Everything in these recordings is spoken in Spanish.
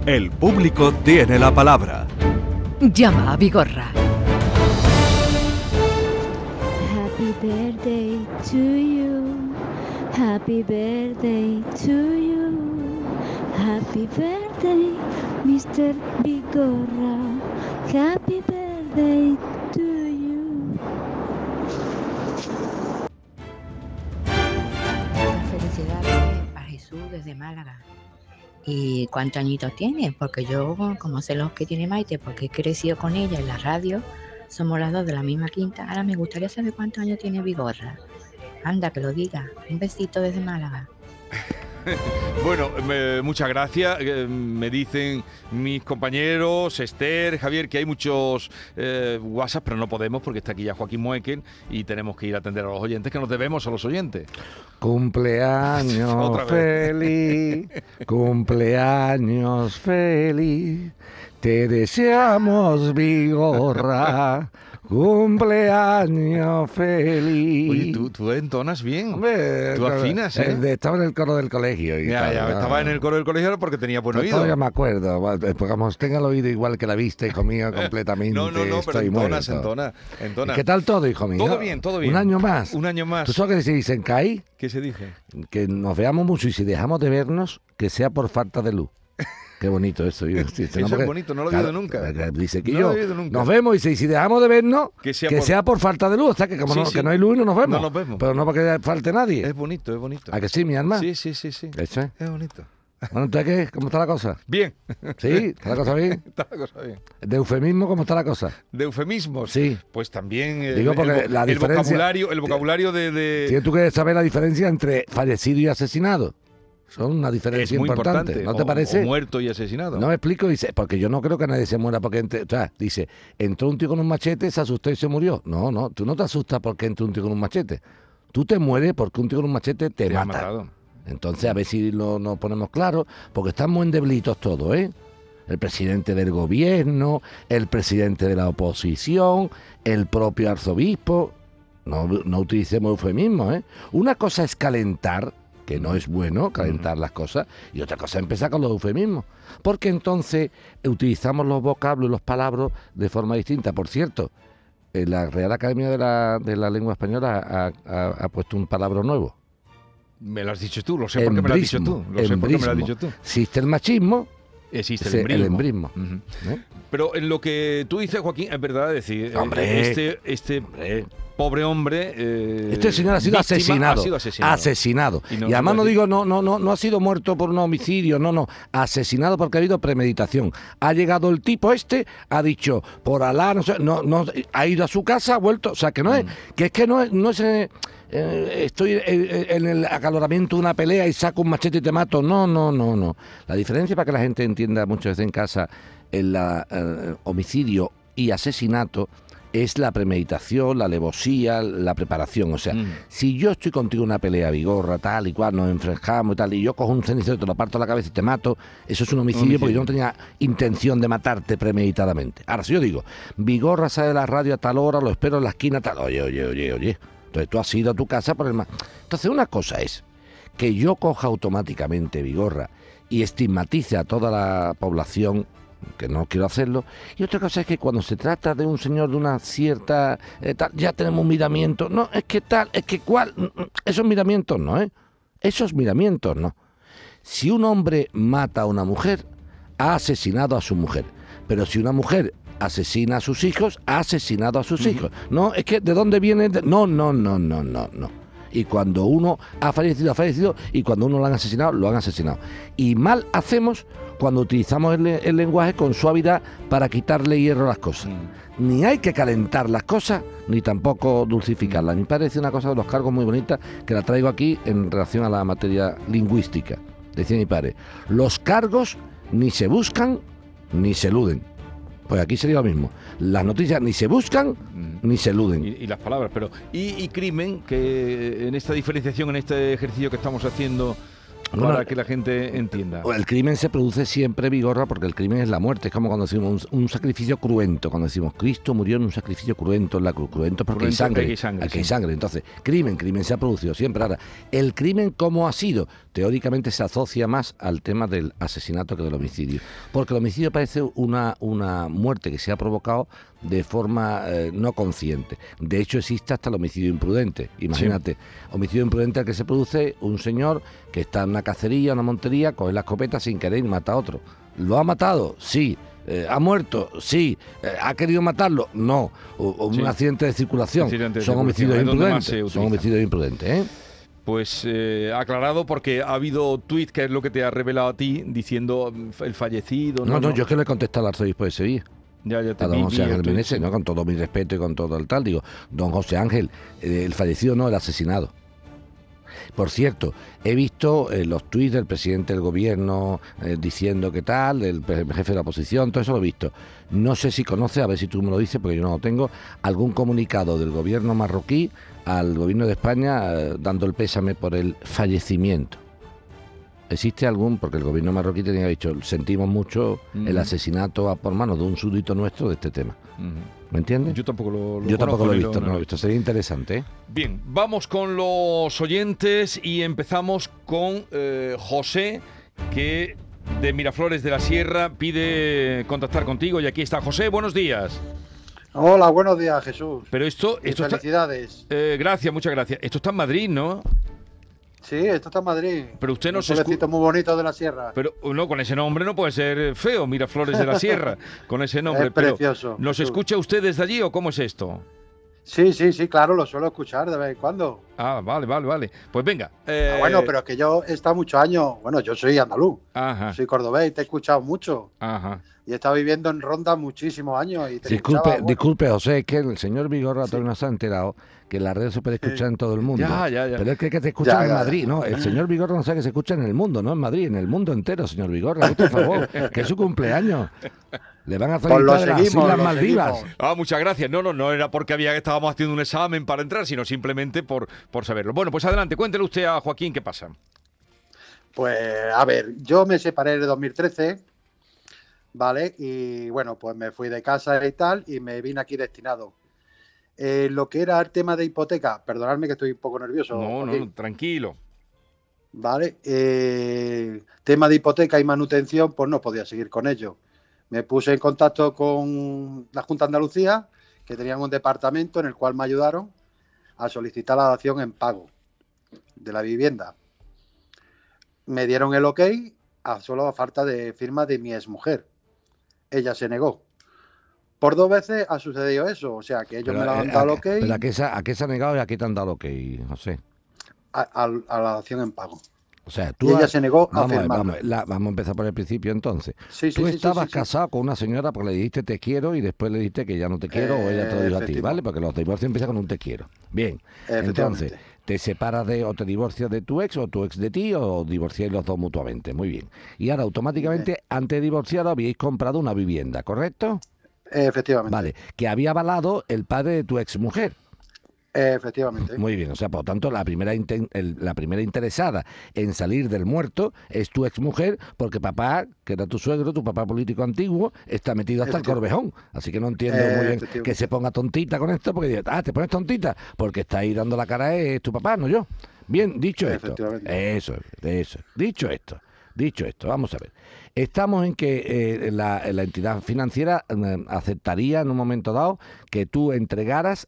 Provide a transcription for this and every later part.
El público tiene la palabra. Llama a Vigorra. Happy birthday to you. Happy birthday to you. Happy birthday, Mr. Vigorra. Happy birthday to you. Felicidades a Jesús desde Málaga. ¿Y cuántos añitos tiene? Porque yo, como sé los que tiene Maite, porque he crecido con ella en la radio, somos las dos de la misma quinta. Ahora me gustaría saber cuántos años tiene Vigorra. Anda, que lo diga. Un besito desde Málaga. Bueno, muchas gracias. Me dicen mis compañeros, Esther, Javier, que hay muchos WhatsApp, pero no podemos porque está aquí ya Joaquín Moekel y tenemos que ir a atender a los oyentes, que nos debemos a los oyentes. Cumpleaños feliz, cumpleaños feliz, te deseamos, Vigorra. Cumpleaños feliz. Oye, tú entonas bien. Hombre, tú afinas, ¿eh? Estaba en el coro del colegio. Y ya, estaba en el coro del colegio porque tenía buen oído. Todavía me acuerdo. Pues tenga el oído igual que la vista, hijo mío, completamente. No, pero entona. ¿Y qué tal todo, hijo mío? Todo bien. Un año más. Un año más. ¿Tú sabes qué se dice en CAI? ¿Qué se dice? Que nos veamos mucho y si dejamos de vernos, que sea por falta de luz. Qué bonito eso. Eso es bonito, no lo he oído nunca. Dice que nos vemos y si dejamos de vernos, que sea por falta de luz. O sea, que como que no hay luz y no nos vemos. No nos vemos. Pero no porque falte nadie. Es bonito. ¿A que sí, mi alma? Sí. ¿Eso es? Es bonito. Bueno, entonces, ¿qué? ¿Cómo está la cosa? Bien. ¿Sí? ¿Está la cosa bien? Está la cosa bien. ¿De eufemismo cómo está la cosa? ¿De eufemismos? Sí. Pues también digo porque la diferencia, el vocabulario de... Tienes tú que saber la diferencia entre fallecido y asesinado. Son una diferencia importante. ¿No te parece? O muerto y asesinado. No me explico, dice, porque yo no creo que nadie se muera porque dice, entró un tío con un machete, se asustó y se murió. No, tú no te asustas porque entró un tío con un machete. Tú te mueres porque un tío con un machete te mata. Ha matado. Entonces, a ver si nos ponemos claros, porque están muy endeblitos todos, ¿eh? El presidente del gobierno, el presidente de la oposición, el propio arzobispo. No utilicemos eufemismos, ¿eh? Una cosa es calentar, que no es bueno calentar las cosas, y otra cosa es empezar con los eufemismos, porque entonces utilizamos los vocablos y los palabras de forma distinta. Por cierto, la Real Academia de la Lengua Española ha puesto un palabra nuevo. Me lo has dicho tú, lo sé porque me lo has dicho tú. Existe el machismo, existe el embrismo. Pero en lo que tú dices, Joaquín, es verdad, es decir, este pobre hombre... este señor ha sido asesinado. Y además no ha sido muerto por un homicidio, asesinado porque ha habido premeditación. Ha llegado el tipo ha dicho, por Alá, ha ido a su casa, ha vuelto, o sea, que no es, estoy en el acaloramiento de una pelea y saco un machete y te mato. No. La diferencia, para que la gente entienda muchas veces en casa, el homicidio y asesinato es la premeditación, la alevosía, la preparación. O sea, si yo estoy contigo en una pelea, Vigorra, tal y cual, nos enfrentamos y tal, y yo cojo un cenicero, te lo parto a la cabeza y te mato, eso es un homicidio porque yo no tenía intención de matarte premeditadamente. Ahora, si yo digo, Vigorra sale de la radio a tal hora, lo espero en la esquina, tal, oye. Entonces tú has ido a tu casa por el mal. Entonces una cosa es que yo coja automáticamente, Vigorra, y estigmatice a toda la población, que no quiero hacerlo, y otra cosa es que cuando se trata de un señor de una cierta tal, ya tenemos un miramiento. No, es que tal, es que cuál, esos miramientos no, esos miramientos no. Si un hombre mata a una mujer, ha asesinado a su mujer, pero si una mujer asesina a sus hijos, ha asesinado a sus hijos. No, es que ¿de dónde viene? No. Y cuando uno ha fallecido, y cuando uno lo han asesinado. Y mal hacemos cuando utilizamos el lenguaje con suavidad para quitarle hierro a las cosas. Ni hay que calentar las cosas, ni tampoco dulcificarlas. Me parece una cosa de los cargos muy bonita, que la traigo aquí en relación a la materia lingüística. Decía mi padre, los cargos ni se buscan ni se eluden. Pues aquí sería lo mismo. Las noticias ni se buscan ni se eluden. Y las palabras, pero... Y crimen, que en esta diferenciación, en este ejercicio que estamos haciendo... para que la gente entienda. El crimen se produce siempre, Vigorra, porque el crimen es la muerte. Es como cuando decimos un sacrificio cruento. Cuando decimos Cristo murió en un sacrificio cruento en la cruz. Cruento porque hay sangre. Aquí hay sangre. Entonces, crimen se ha producido siempre. Ahora, el crimen, ¿cómo ha sido? Teóricamente se asocia más al tema del asesinato que del homicidio. Porque el homicidio parece una muerte que se ha provocado de forma no consciente. De hecho, existe hasta el homicidio imprudente. Imagínate, homicidio imprudente al que se produce un señor que está en una cacería, una montería, coge la escopeta sin querer y mata a otro. ¿Lo ha matado? Sí. ¿Ha muerto? Sí. ¿Ha querido matarlo? No. O un accidente de circulación. Son homicidios imprudentes. Son homicidios imprudentes, ¿eh? Pues aclarado, porque ha habido tuit, que es lo que te ha revelado a ti, diciendo el fallecido. No, yo es que le he contestado al arzobispo de Sevilla. Ya a don José Ángel Meneses, ¿no? Con todo mi respeto y con todo el tal, digo, don José Ángel, el fallecido no, el asesinado. Por cierto, he visto los tuits del presidente del gobierno diciendo que tal, del jefe de la oposición, todo eso lo he visto. No sé si conoce, a ver si tú me lo dices, porque yo no lo tengo, algún comunicado del gobierno marroquí al gobierno de España dando el pésame por el fallecimiento. ¿Existe algún? Porque el gobierno marroquí tenía dicho, sentimos mucho el asesinato por manos de un súbdito nuestro de este tema. ¿Me entiendes? Yo tampoco lo he visto, no lo he visto. Sería interesante, ¿eh? Bien, vamos con los oyentes y empezamos con José, que de Miraflores de la Sierra pide contactar contigo. Y aquí está José, buenos días. Hola, buenos días, Jesús. Pero esto felicidades. Gracias, muchas gracias. Esto está en Madrid, ¿no? Sí, esto está en Madrid. Pero usted no se escucha. Muy bonito de la sierra. Pero no, con ese nombre no puede ser feo, Miraflores de la Sierra, con ese nombre. Es precioso. ¿Nos escucha usted desde allí o cómo es esto? Sí, claro, lo suelo escuchar de vez en cuando. Ah, vale. Pues venga. Bueno, pero es que yo he estado muchos años, bueno, yo soy andaluz, soy cordobés y te he escuchado mucho. Ajá. Y he estado viviendo en Ronda muchísimos años. Y disculpe, José, es que el señor Vigorra todavía no se ha enterado que la red se puede escuchar en todo el mundo. Ya. Pero es que te escuchan en Madrid, ¿no? El señor Vigorra no sabe que se escucha en el mundo, no en Madrid, en el mundo entero, señor Vigorra. Por favor, que es su cumpleaños. Le van a felicitar de las Islas Maldivas. Muchas gracias. No era porque estábamos haciendo un examen para entrar, sino simplemente por saberlo. Bueno, pues adelante, cuéntele usted a Joaquín qué pasa. Pues, a ver, yo me separé en 2013, ¿vale? Y bueno, pues me fui de casa y tal, y me vine aquí destinado. Lo que era el tema de hipoteca, perdonadme que estoy un poco nervioso. No, tranquilo. Vale, tema de hipoteca y manutención, pues no podía seguir con ello. Me puse en contacto con la Junta de Andalucía, que tenían un departamento en el cual me ayudaron a solicitar la dación en pago de la vivienda. Me dieron el ok, solo a falta de firma de mi exmujer. Ella se negó. Por 2 veces ha sucedido eso, o sea que ellos me lo han dado el ok. ¿Pero a qué se ha negado y a qué te han dado el ok, José? A la dación en pago. O sea, ella se negó a firmar. Vamos a empezar por el principio entonces. Sí, tú estabas casado con una señora porque le dijiste te quiero y después le dijiste que ya no te quiero o ella te lo dijo a ti, ¿vale? Porque los divorcios empiezan con un te quiero. Bien, entonces, ¿te separas o te divorcias de tu ex o tu ex de ti o divorciáis los dos mutuamente? Muy bien. Y ahora automáticamente, antes de divorciaros, habíais comprado una vivienda, ¿correcto? Efectivamente. Vale, que había avalado el padre de tu ex mujer. Efectivamente. Muy bien, o sea, por lo tanto, la primera interesada en salir del muerto es tu exmujer, porque papá, que era tu suegro, tu papá político antiguo, está metido hasta el corvejón. Así que no entiendo muy bien que se ponga tontita con esto, porque te pones tontita, porque está ahí dando la cara, es tu papá, no yo. Bien, dicho esto. Eso. Dicho esto, vamos a ver. Estamos en que la entidad financiera aceptaría en un momento dado que tú entregaras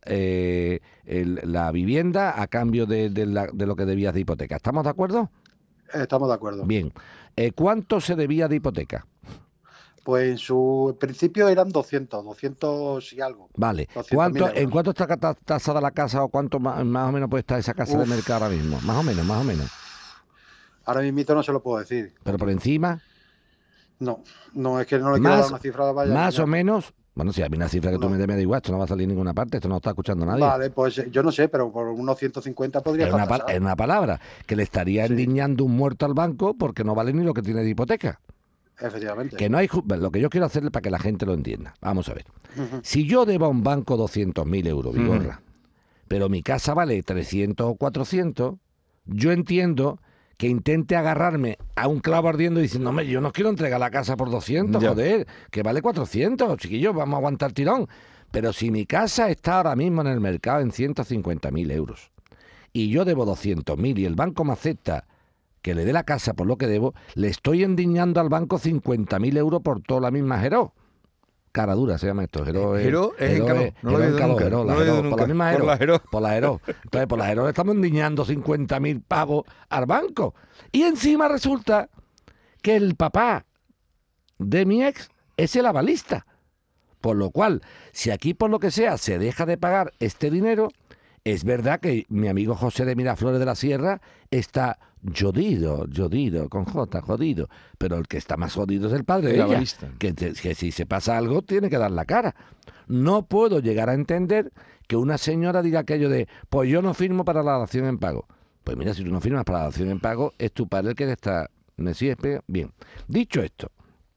la vivienda a cambio de lo que debías de hipoteca. ¿Estamos de acuerdo? Estamos de acuerdo. Bien. ¿Cuánto se debía de hipoteca? Pues en su principio eran 200 y algo. Vale. ¿En cuánto está tasada la casa o cuánto más o menos puede estar esa casa de mercado ahora mismo? Más o menos. Ahora mismo no se lo puedo decir. ¿Pero por encima? No, es que no le quiero dar una cifra. ¿Más o menos? Bueno, si a mí una cifra que tú me da igual, esto no va a salir en ninguna parte, esto no lo está escuchando nadie. Vale, pues yo no sé, pero por unos 150 podría estar. Es una palabra que le estaría endiñando un muerto al banco porque no vale ni lo que tiene de hipoteca. Efectivamente. Que no hay lo que yo quiero hacerle para que la gente lo entienda. Vamos a ver. Si yo debo a un banco 200.000 euros, Vigorra, pero mi casa vale 300 o 400, yo entiendo que intente agarrarme a un clavo ardiendo diciendo, hombre, yo no quiero entregar la casa por 200, Ya. joder, que vale 400, chiquillos, vamos a aguantar tirón. Pero si mi casa está ahora mismo en el mercado en 150.000 euros y yo debo 200.000 y el banco me acepta que le dé la casa por lo que debo, le estoy endiñando al banco 50.000 euros por toda la misma Jero. Cara dura se llama esto. Jero es en calor. No lo he oído nunca. Jero, No lo he oído por nunca. la misma Por Jero. la Jero. Por la Jero. Entonces, por la Jero le estamos endiñando 50.000 pavos al banco. Y encima resulta que el papá de mi ex es el avalista. Por lo cual, si aquí por lo que sea se deja de pagar este dinero, es verdad que mi amigo José de Miraflores de la Sierra está jodido, con J, jodido. Pero el que está más jodido es el padre de El ella, avalista. que si se pasa algo tiene que dar la cara. No puedo llegar a entender que una señora diga aquello de, pues yo no firmo para la dación en pago. Pues mira, si tú no firmas para la dación en pago, es tu padre el que te está... ¿Me sigues? Bien. Dicho esto,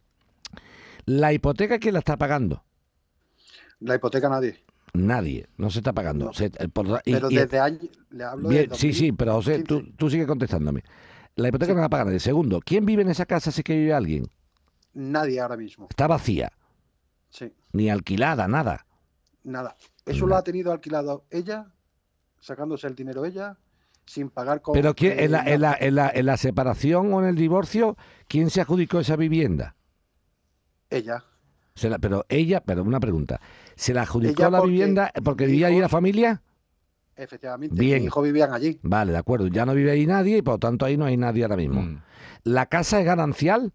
¿la hipoteca quién la está pagando? La hipoteca nadie. Nadie, no se está pagando. No. Pero Desde años, le hablo bien, de sí, pero José, 2015. tú sigue contestándome. La hipoteca Sí. no la paga nadie. Segundo, ¿quién vive en esa casa si es que vive alguien? Nadie ahora mismo. Está vacía, Sí, ni alquilada, nada. nada. Eso lo ha tenido alquilado ella, sacándose el dinero ella, sin pagar con... Pero ¿quién, en, nada. en la separación o en el divorcio, ¿quién se adjudicó esa vivienda? Ella. Pero una pregunta. ¿Se la adjudicó Ella la porque vivienda porque mi vivía allí hijo- la familia? Efectivamente. Bien. Mi hijo vivían allí. Vale, de acuerdo. Ya no vive ahí nadie y por lo tanto ahí no hay nadie ahora mismo. Mm. ¿La casa es ganancial?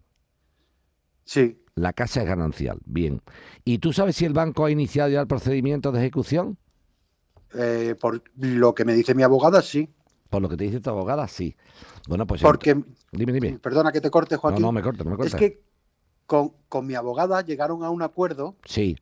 Sí. La casa es ganancial. Bien. ¿Y tú sabes si el banco ha iniciado ya el procedimiento de ejecución? Por lo que me dice mi abogada, sí. Por lo que te dice tu abogada, sí. Bueno, pues... Porque, Dime. perdona que te corte, Joaquín. No me cortes. Es que con mi abogada llegaron a un acuerdo Sí,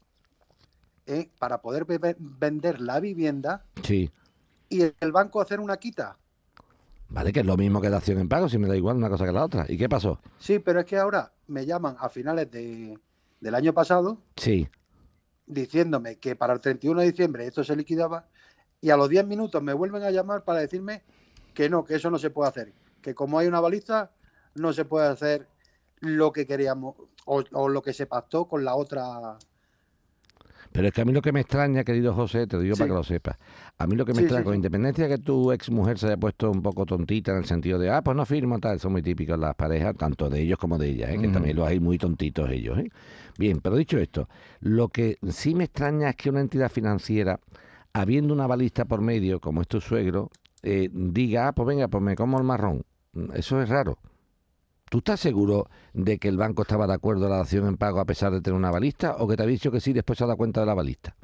para poder vender la vivienda sí. y el banco hacer una quita. Vale, que es lo mismo que dación en pago, si me da igual una cosa que la otra. ¿Y qué pasó? Sí, pero es que ahora me llaman a finales del año pasado Sí. diciéndome que para el 31 de diciembre esto se liquidaba y a los 10 minutos me vuelven a llamar para decirme que no, que eso no se puede hacer, que como hay una baliza no se puede hacer lo que queríamos o lo que se pactó con la otra. Pero es que a mí lo que me extraña, querido José, te lo digo Sí. para que lo sepas, a mí lo que me Sí, extraña, sí, con sí. independencia de que tu ex mujer se haya puesto un poco tontita en el sentido de, pues no firmo, tal, son muy típicos las parejas, tanto de ellos como de ellas, que Ujú. también los hay muy tontitos ellos. Bien, pero dicho esto, lo que sí me extraña es que una entidad financiera, habiendo una balista por medio, como es tu suegro, diga, pues venga, pues me como el marrón. Eso es raro. ¿Tú estás seguro de que el banco estaba de acuerdo en la dación en pago a pesar de tener una balista o que te ha dicho que sí después se ha dado cuenta de la balista?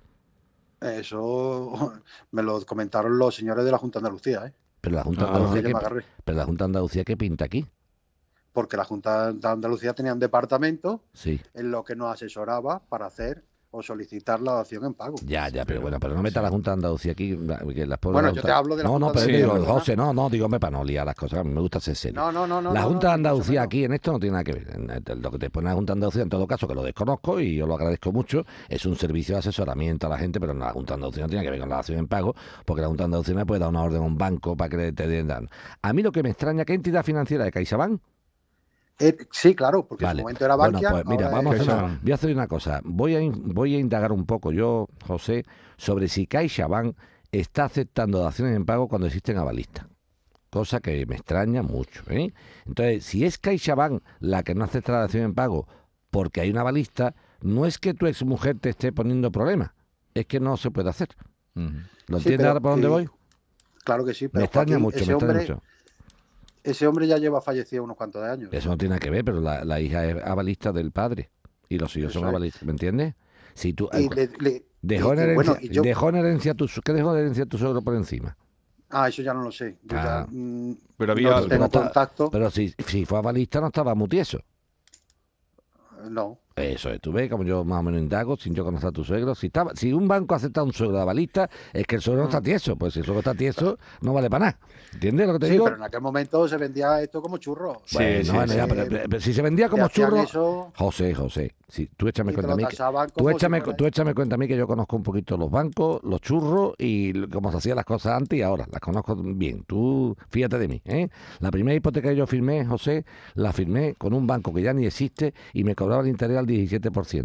Eso me lo comentaron los señores de la Junta de Andalucía, Pero la Junta de Ah, Andalucía, yo me agarré. pero la Junta de Andalucía, ¿qué pinta aquí? Porque la Junta de Andalucía tenía un departamento Sí, en lo que nos asesoraba para hacer o solicitar la dación en pago. ya, pero bueno, pero no meta la Junta de Andalucía aquí, que las pobres Bueno, Junta- yo te hablo de la No, Junta no, de pero Andalucía, digo, ¿verdad? José, no, digo, para no liar las cosas, a mí me gusta ser serio. No. La Junta de ni mucho Andalucía menos. aquí en esto no tiene nada que ver. Lo que te pone la Junta de Andalucía, en todo caso, que lo desconozco y yo lo agradezco mucho, es un servicio de asesoramiento a la gente, pero no, la Junta de Andalucía no tiene que ver con la dación en pago, porque la Junta de Andalucía no puede dar una orden a un banco para que te den. A mí lo que me extraña, ¿qué entidad financiera de CaixaBank? Sí, claro, porque en Vale. su momento era Bueno, Bankia. pues mira, ahora vamos a es- hacer CaixaBank. voy a hacer una cosa. Voy a indagar un poco yo, José, sobre si CaixaBank está aceptando daciones en pago cuando existen avalistas. Cosa que me extraña mucho, ¿eh? Entonces, si es CaixaBank la que no acepta la dación en pago porque hay una avalista, no es que tu exmujer te esté poniendo problemas, es que no se puede hacer. Ujú. ¿Lo Sí, entiendes pero, ahora por dónde voy? Claro que sí, Me pero extraña Joaquín, mucho, me extraña mucho. ese hombre ya lleva fallecido unos cuantos de años. Eso no tiene nada que ver, pero la hija es avalista del padre y los hijos Eso son es. avalistas, ¿me entiendes? Si tú, Y dejó en y herencia, bueno, y yo- dejó en herencia ¿qué dejó de herencia tu suegro por encima? eso ya no lo sé. Yo Ah. ya, Pero había no algo. tengo Pero está- contacto. Pero si fue avalista no estaba mutieso. No. Eso es, tú ves como yo más o menos indago sin yo conocer a tu suegro. Si un banco acepta a un suegro de avalista, es que el suegro no está tieso. Pues si el suegro está tieso, no vale para nada. ¿Entiendes lo que te Sí, digo? pero en aquel momento se vendía esto como churro. Bueno, ya, pero si se vendía como hacían churro... eso José, sí, tú échame y te cuenta a lo mí. tasaban como si fuera- Tú échame cuenta a mí que yo conozco un poquito los bancos, los churros y cómo se hacían las cosas antes y ahora. Las conozco bien. Tú fíjate de mí, ¿eh? La primera hipoteca que yo firmé, José, la firmé con un banco que ya ni existe y me cobraba el interés al 17%.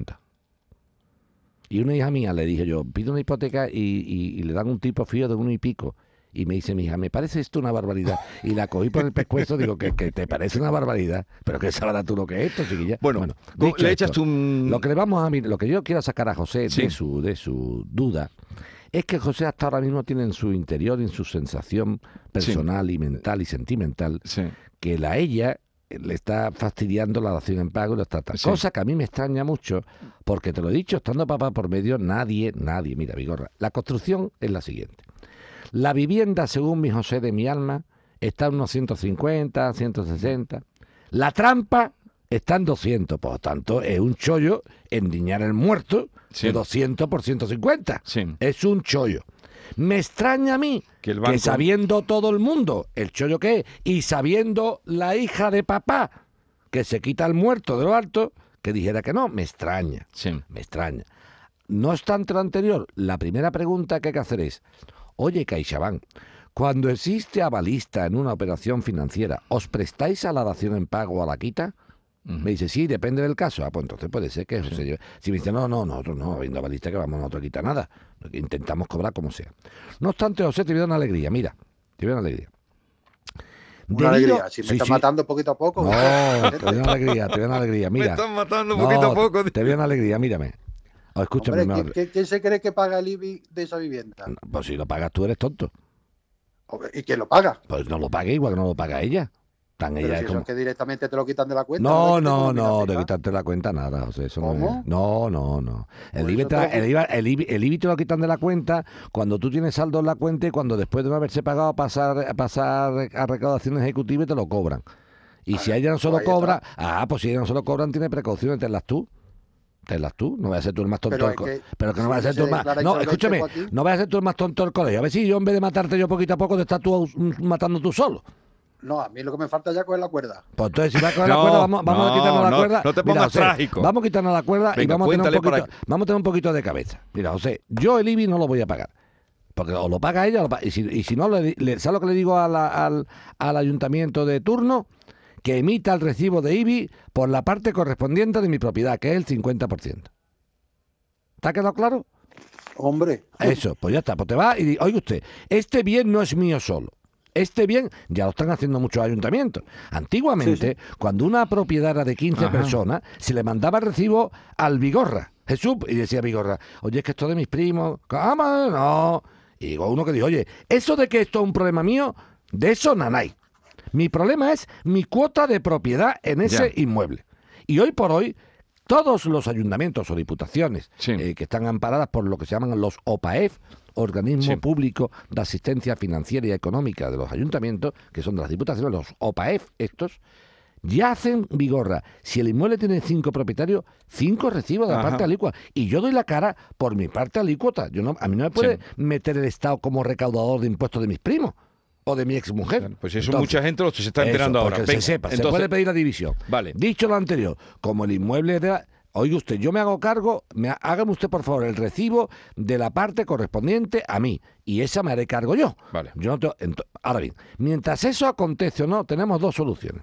Y una hija mía le dije yo, pido una hipoteca y le dan un tipo fío de 1 y pico. Y me dice mi hija, me parece esto una barbaridad. Y la cogí por el pescuezo, digo, que te parece una barbaridad. Pero que sabrás tú lo que es esto, chiquilla. Bueno, dicho le esto, echas tú un... lo que yo quiero sacar a José Sí. de su duda es que José hasta ahora mismo tiene en su interior, en su sensación personal y mental y sentimental, Sí. que ella le está fastidiando la dación en pago y lo está tal. Sí. Cosa que a mí me extraña mucho, porque te lo he dicho, estando papá por medio, nadie, mira, Vigorra, la construcción es la siguiente. La vivienda, según mi José de mi alma, está en unos 150, 160. La trampa está en 200, por lo tanto, es un chollo endiñar el muerto Sí. de 200 por 150. Sí. Es un chollo. Me extraña a mí Que el banco- sabiendo todo el mundo el chollo que es, y sabiendo la hija de papá que se quita el muerto de lo alto, que dijera que no, me extraña. Sí. Me extraña. No obstante lo anterior, la primera pregunta que hay que hacer es, oye, CaixaBank, cuando existe avalista en una operación financiera, ¿os prestáis a la dación en pago o a la quita? Me dice, sí, depende del caso. Ah, pues entonces puede ser que José lleve. Si me dice, no, nosotros no, habiendo avalista que vamos, nosotros a quitar nada. Intentamos cobrar como sea. No obstante, José, te voy a dar una alegría, mira, te voy a dar una alegría. Una alegría. Si me Sí, estás sí. matando poquito a poco. No, te voy a dar una alegría, te voy a dar una alegría, mira. Me están matando No, poquito a poco. Te voy a dar una alegría, mírame. O escúchame, Hombre, no, ¿quién se cree que paga el IBI de esa vivienda? pues si lo pagas tú eres tonto. ¿Y quién lo paga? Pues no lo pague igual que no lo paga ella. Tan Pero ella si es eso como... es que directamente te lo quitan de la cuenta. No, es que no, te lo no, quitan, de ¿verdad? quitarte la cuenta nada, José, eso ¿Cómo? no es. No. El Pues IBI, eso te, te lo- el IBI te lo quitan de la cuenta cuando tú tienes saldo en la cuenta y cuando después de no haberse pagado pasar a recaudación ejecutiva y te lo cobran. Y si a ella no se lo pues ahí cobra, pues si a ella no se lo cobran, tiene precauciones, tenlas tú. No vayas a ser tú el más tonto Pero del es colegio. que Pero que no si vayas a ser se tú el más... declara No, insolvente, escúchame, Joaquín. no vayas a ser tú el más tonto del colegio. A ver si yo en vez de matarte yo poquito a poco te estás tú matando tú solo. No, a mí lo que me falta ya es coger la cuerda. Pues entonces, si vas a coger No, la cuerda, vamos a quitarnos la no, cuerda. no te Mira, pongas José, trágico. Vamos a quitarnos la cuerda y Venga, vamos a tener cuéntale vamos a tener un poquito de cabeza. Mira, José, yo el IBI no lo voy a pagar. Porque o lo paga ella, y si no, ¿sabes lo que le digo al ayuntamiento de turno? Que emita el recibo de IBI por la parte correspondiente de mi propiedad, que es el 50%. ¿Está quedado claro? Hombre. Eso, pues ya está. Pues te va y dice, oiga usted, este bien no es mío solo. Este bien ya lo están haciendo muchos ayuntamientos. Antiguamente, cuando una propiedad era de 15 Ajá. personas, se le mandaba recibo al Vigorra, Jesús, y decía Vigorra, oye, es que esto de mis primos, ¿cómo? No. Y digo uno que dijo, oye, eso de que esto es un problema mío, de eso nanay. Mi problema es mi cuota de propiedad en ese inmueble. Y hoy por hoy, todos los ayuntamientos o diputaciones Sí. que están amparadas por lo que se llaman los OPAEF, Organismo Sí. Público de Asistencia Financiera y Económica de los ayuntamientos, que son de las diputaciones, los OPAEF estos, ya hacen Vigorra. Si el inmueble tiene 5 propietarios, 5 recibos de la Ajá. parte alícuota. Y yo doy la cara por mi parte alícuota. A mí no me puede Sí. meter el Estado como recaudador de impuestos de mis primos o de mi exmujer. Pues eso Entonces, mucha gente lo se está enterando eso, ahora. porque Venga, se sepa, se entonces- puede pedir la división. Vale. Dicho lo anterior, como el inmueble de... Oiga usted, yo me hago cargo, hágame usted por favor el recibo de la parte correspondiente a mí, y esa me haré cargo yo. Vale. Yo no ahora bien, mientras eso acontece o no, tenemos dos soluciones.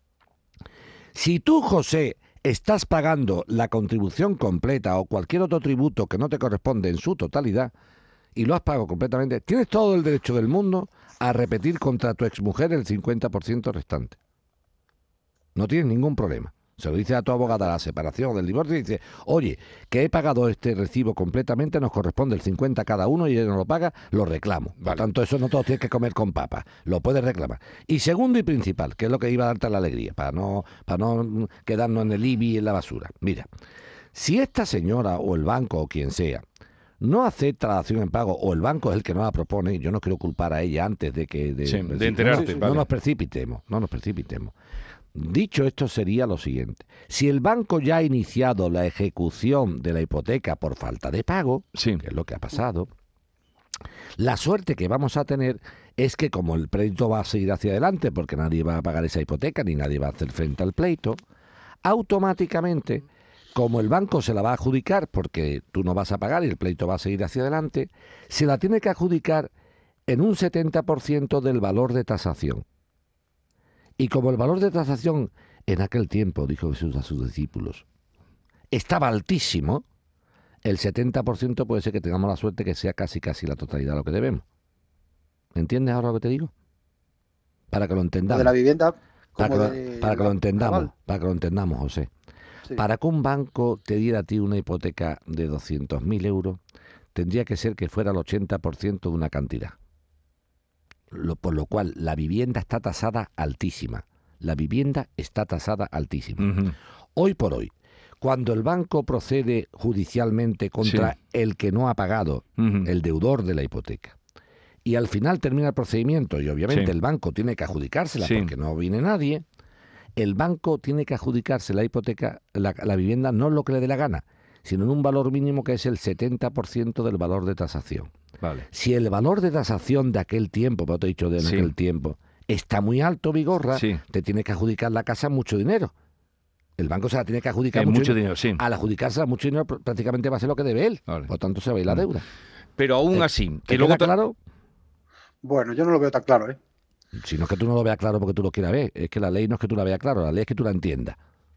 Si tú, José, estás pagando la contribución completa o cualquier otro tributo que no te corresponde en su totalidad, y lo has pagado completamente, tienes todo el derecho del mundo a repetir contra tu exmujer el 50% restante. No tienes ningún problema. Se lo dice a tu abogada la separación del divorcio y dice, oye, que he pagado este recibo completamente, nos corresponde el 50 cada uno y ella no lo paga, lo reclamo. Por Vale. tanto, eso no te lo tienes que comer con papas, lo puedes reclamar. Y segundo y principal, que es lo que iba a darte la alegría, para no quedarnos en el IBI y en la basura. Mira, si esta señora o el banco o quien sea no acepta la dación en pago o el banco es el que no la propone, yo no quiero culpar a ella antes de que... Sí, de enterarte, no vale. nos precipitemos, no nos precipitemos. Dicho esto, sería lo siguiente. Si el banco ya ha iniciado la ejecución de la hipoteca por falta de pago, Sí. que es lo que ha pasado, la suerte que vamos a tener es que como el pleito va a seguir hacia adelante, porque nadie va a pagar esa hipoteca ni nadie va a hacer frente al pleito, automáticamente, como el banco se la va a adjudicar porque tú no vas a pagar y el pleito va a seguir hacia adelante, se la tiene que adjudicar en un 70% del valor de tasación. Y como el valor de tasación en aquel tiempo, dijo Jesús a sus discípulos, estaba altísimo, el 70% puede ser que tengamos la suerte que sea casi la totalidad de lo que debemos. ¿Me entiendes ahora lo que te digo? Para que lo entendamos. De la vivienda, Para como que lo entendamos, para que lo entendamos, José. Sí. Para que un banco te diera a ti una hipoteca de 200.000 euros, tendría que ser que fuera el 80% de una cantidad. Por lo cual, la vivienda está tasada altísima. La vivienda está tasada altísima. Ujú. Hoy por hoy, cuando el banco procede judicialmente contra el que no ha pagado, Ujú. el deudor de la hipoteca, y al final termina el procedimiento y obviamente Sí. el banco tiene que adjudicársela Sí. porque no viene nadie, el banco tiene que adjudicarse la hipoteca, la vivienda, no lo que le dé la gana, sino en un valor mínimo que es el 70% del valor de tasación. Vale. Si el valor de tasación de aquel tiempo, pero te he dicho de Sí. aquel tiempo, está muy alto, Vigorra, Sí. te tiene que adjudicar la casa mucho dinero. El banco se la tiene que adjudicar Mucho dinero, sí. Al adjudicársela mucho dinero, prácticamente va a ser lo que debe él. Vale. Por tanto, se va a ir la deuda. Pero aún así, ¿Te que luego queda claro? Bueno, yo no lo veo tan claro, ¿eh? Si no es que tú no lo veas claro porque tú lo quieras ver, es que la ley no es que tú la veas claro, la ley es que tú la entiendas.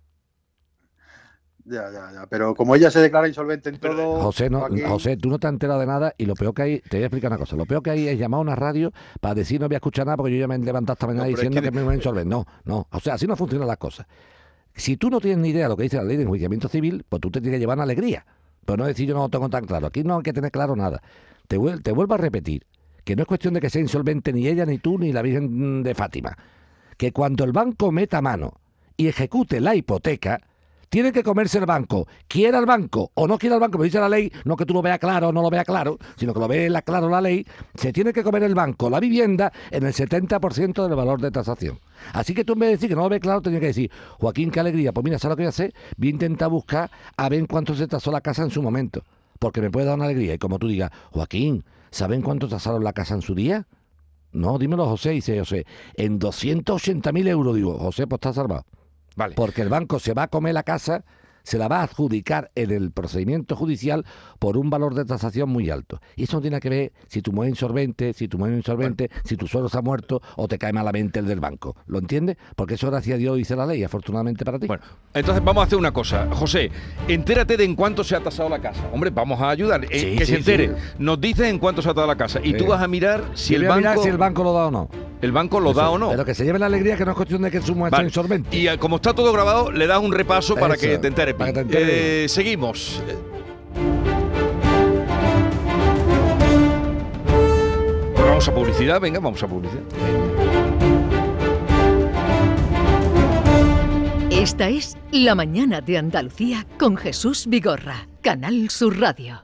Ya. Pero como ella se declara insolvente en todo... José, Joaquín, José, tú no te has enterado de nada y lo peor que hay, te voy a explicar una cosa, lo peor que hay es llamar a una radio para decir no voy a escuchar nada porque yo ya me he levantado esta mañana No, pero es diciendo que- que me voy a insolver. No, o sea, así no funcionan las cosas. Si tú no tienes ni idea de lo que dice la ley de enjuiciamiento civil, pues tú te tienes que llevar una alegría. Pero no decir yo no lo tengo tan claro. Aquí no hay que tener claro nada. Te vuelvo a repetir que no es cuestión de que sea insolvente ni ella, ni tú, ni la Virgen de Fátima. Que cuando el banco meta mano y ejecute la hipoteca, tiene que comerse el banco. Quiera el banco o no quiera el banco, me dice la ley, no que tú lo veas claro o no lo veas claro, sino que lo vea claro la ley, se tiene que comer el banco la vivienda en el 70% del valor de tasación. Así que tú en vez de decir que no lo ves claro, tienes que decir, Joaquín, qué alegría, pues mira, ¿sabes lo que voy a hacer? Voy a intentar buscar a ver en cuánto se tasó la casa en su momento, porque me puede dar una alegría. Y como tú digas, Joaquín, ¿saben cuánto tasaron la casa en su día? No, dímelo, José. Dice José, en 280.000 euros. Digo, José, pues está salvado. Vale. Porque el banco se va a comer la casa, se la va a adjudicar en el procedimiento judicial por un valor de tasación muy alto. Y eso no tiene que ver si tu mujer es insolvente, si tu mujer no es insolvente, si tu suegro se ha muerto o te cae malamente el del banco. ¿Lo entiendes? Porque eso, gracias a Dios, dice la ley, afortunadamente para ti. Bueno, entonces vamos a hacer una cosa. José, entérate de en cuánto se ha tasado la casa. Hombre, vamos a ayudar. Sí, Que sí, se entere. sí. Nos dices en cuánto se ha tasado la casa. Y Sí. tú vas a mirar si Yo el voy a mirar banco, si el banco lo da o no. el banco lo da o no. Pero que se lleve la alegría, que no es cuestión de que su mujer sea Vale. insolvente. Y como está todo grabado, le das un repaso para Eso, que te enteres. para que te enteres. Seguimos. Pues vamos a publicidad, venga, vamos a publicidad. Esta es La Mañana de Andalucía con Jesús Vigorra, Canal Sur Radio.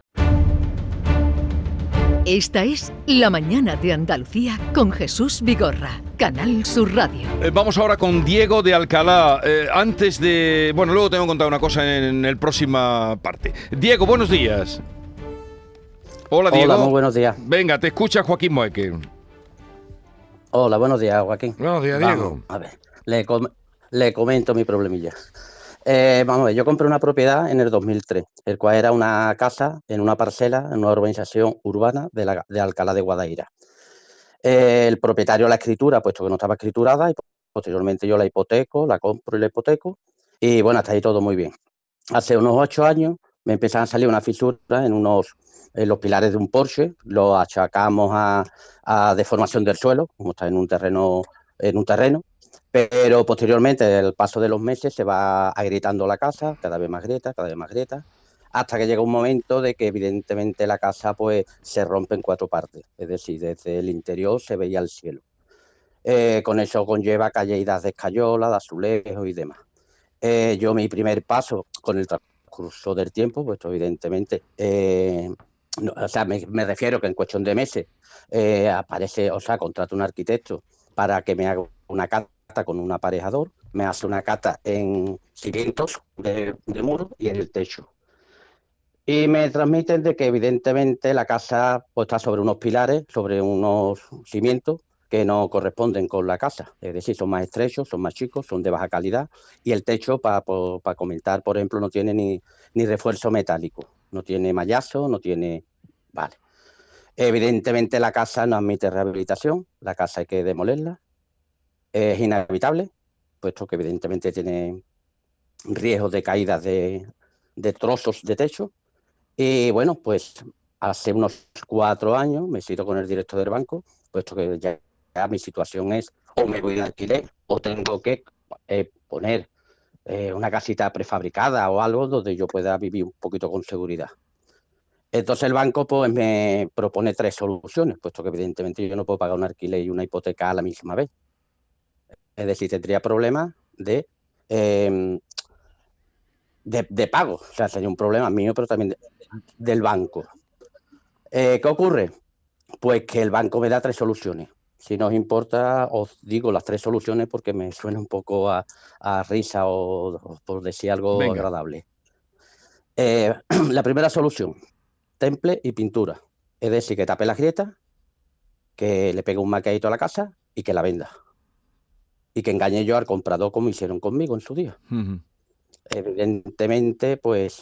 Esta es La Mañana de Andalucía con Jesús Vigorra, Canal Sur Radio. Vamos ahora con Diego de Alcalá. Antes de... Bueno, luego tengo que contar una cosa en el próxima parte. Diego, buenos días. Hola, Diego. Hola, muy buenos días. Venga, te escucha Joaquín Moeque. Hola, buenos días, Joaquín. Buenos días, Diego. Vamos, a ver, le comento mi problemilla. Vamos a ver, yo compré una propiedad en el 2003, el cual era una casa en una parcela, en una urbanización urbana de Alcalá de Guadaira. El propietario la escritura, puesto que no estaba escriturada, y posteriormente yo la hipoteco, la compro y la hipoteco, y bueno, hasta ahí todo muy bien. Hace unos 8 años me empezaron a salir una fisura en los pilares de un Porsche, lo achacamos a deformación del suelo, como está en un terreno, pero posteriormente, el paso de los meses, se va agrietando la casa, cada vez más grieta, hasta que llega un momento de que evidentemente la casa pues se rompe en 4 partes, es decir, desde el interior se veía el cielo. Con eso conlleva caídas de escayola, de azulejos y demás. Yo mi primer paso con el transcurso del tiempo, pues evidentemente, no, o sea, me refiero que en cuestión de meses contrato un arquitecto para que me haga una carta con un aparejador, me hace una cata en cimientos de muro y en el techo. Y me transmiten de que evidentemente la casa pues, está sobre unos pilares, sobre unos cimientos que no corresponden con la casa. Es decir, son más estrechos, son más chicos, son de baja calidad. Y el techo, para comentar, por ejemplo, no tiene ni refuerzo metálico. No tiene mallazo, no tiene... Vale. Evidentemente la casa no admite rehabilitación. La casa hay que demolerla. Es inhabitable, puesto que evidentemente tiene riesgos de caídas de trozos de techo. Y bueno, pues hace unos 4 años me he ido con el director del banco, puesto que ya mi situación es o me voy de alquiler o tengo que poner una casita prefabricada o algo donde yo pueda vivir un poquito con seguridad. Entonces el banco pues me propone 3 soluciones, puesto que evidentemente yo no puedo pagar un alquiler y una hipoteca a la misma vez. Es decir, tendría problemas de pago. O sea, sería un problema mío, pero también del banco. ¿Qué ocurre? Pues que el banco me da 3 soluciones. Si no os importa, os digo las 3 soluciones porque me suena un poco a risa o por decir algo agradable. La primera solución, temple y pintura. Es decir, que tape las grietas, que le pegue un maqueadito a la casa y que la venda. Y que engañe yo al comprador como hicieron conmigo en su día. Uh-huh. Evidentemente, pues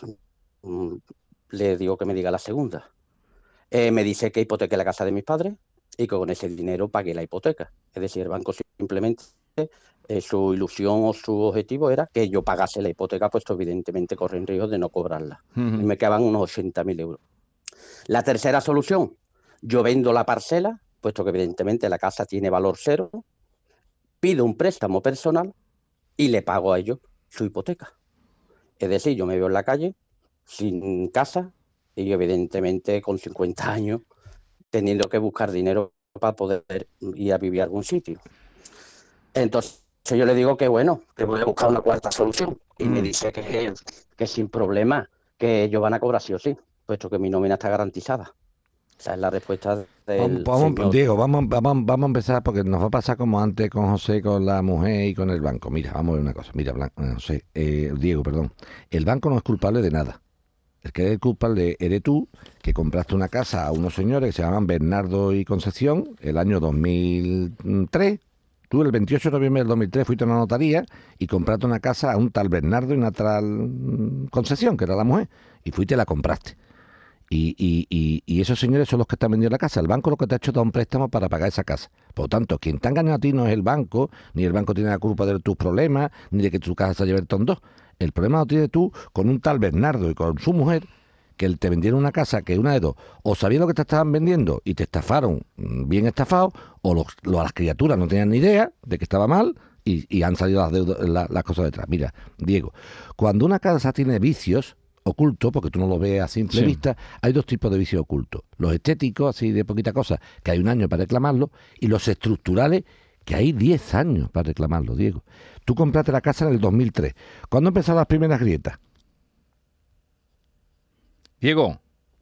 le digo que me diga la segunda. Me dice que hipoteque la casa de mis padres y que con ese dinero pague la hipoteca. Es decir, el banco simplemente, su ilusión o su objetivo era que yo pagase la hipoteca, puesto evidentemente corren riesgo de no cobrarla. Uh-huh. Y me quedaban unos 80.000 euros. La tercera solución, yo vendo la parcela, puesto que evidentemente la casa tiene valor cero, pido un préstamo personal y le pago a ellos su hipoteca. Es decir, yo me veo en la calle, sin casa, y evidentemente con 50 años teniendo que buscar dinero para poder ir a vivir a algún sitio. Entonces yo le digo que bueno, que voy a buscar una cuarta solución. Y me dice que sin problema, que ellos van a cobrar sí o sí, puesto que mi nómina está garantizada. Esa es la respuesta del señor. Diego, vamos a empezar porque nos va a pasar como antes con José, con la mujer y con el banco. Mira, vamos a ver una cosa. Mira, Diego, perdón. El banco no es culpable de nada. El que es culpable eres tú, que compraste una casa a unos señores que se llamaban Bernardo y Concepción el año 2003. Tú el 28 de noviembre del 2003 fuiste a una notaría y compraste una casa a un tal Bernardo y una tal Concepción, que era la mujer, y fuiste y la compraste. Y esos señores son los que están vendiendo la casa. El banco lo que te ha hecho es dar un préstamo para pagar esa casa. Por lo tanto, quien te ha engañado a ti no es el banco, ni el banco tiene la culpa de tus problemas, ni de que tu casa se lleve el tondo. El problema lo tienes tú con un tal Bernardo y con su mujer, que te vendieron una casa que una de dos, o sabían lo que te estaban vendiendo y te estafaron bien estafado, o las criaturas no tenían ni idea de que estaba mal y han salido las cosas detrás. Mira, Diego, cuando una casa tiene vicios ocultos, porque tú no lo ves a simple vista, hay 2 tipos de vicios ocultos. Los estéticos, así de poquita cosa, que hay 1 año para reclamarlo, y los estructurales, que hay 10 años para reclamarlo, Diego. Tú compraste la casa en el 2003. ¿Cuándo empezaron las primeras grietas? Diego.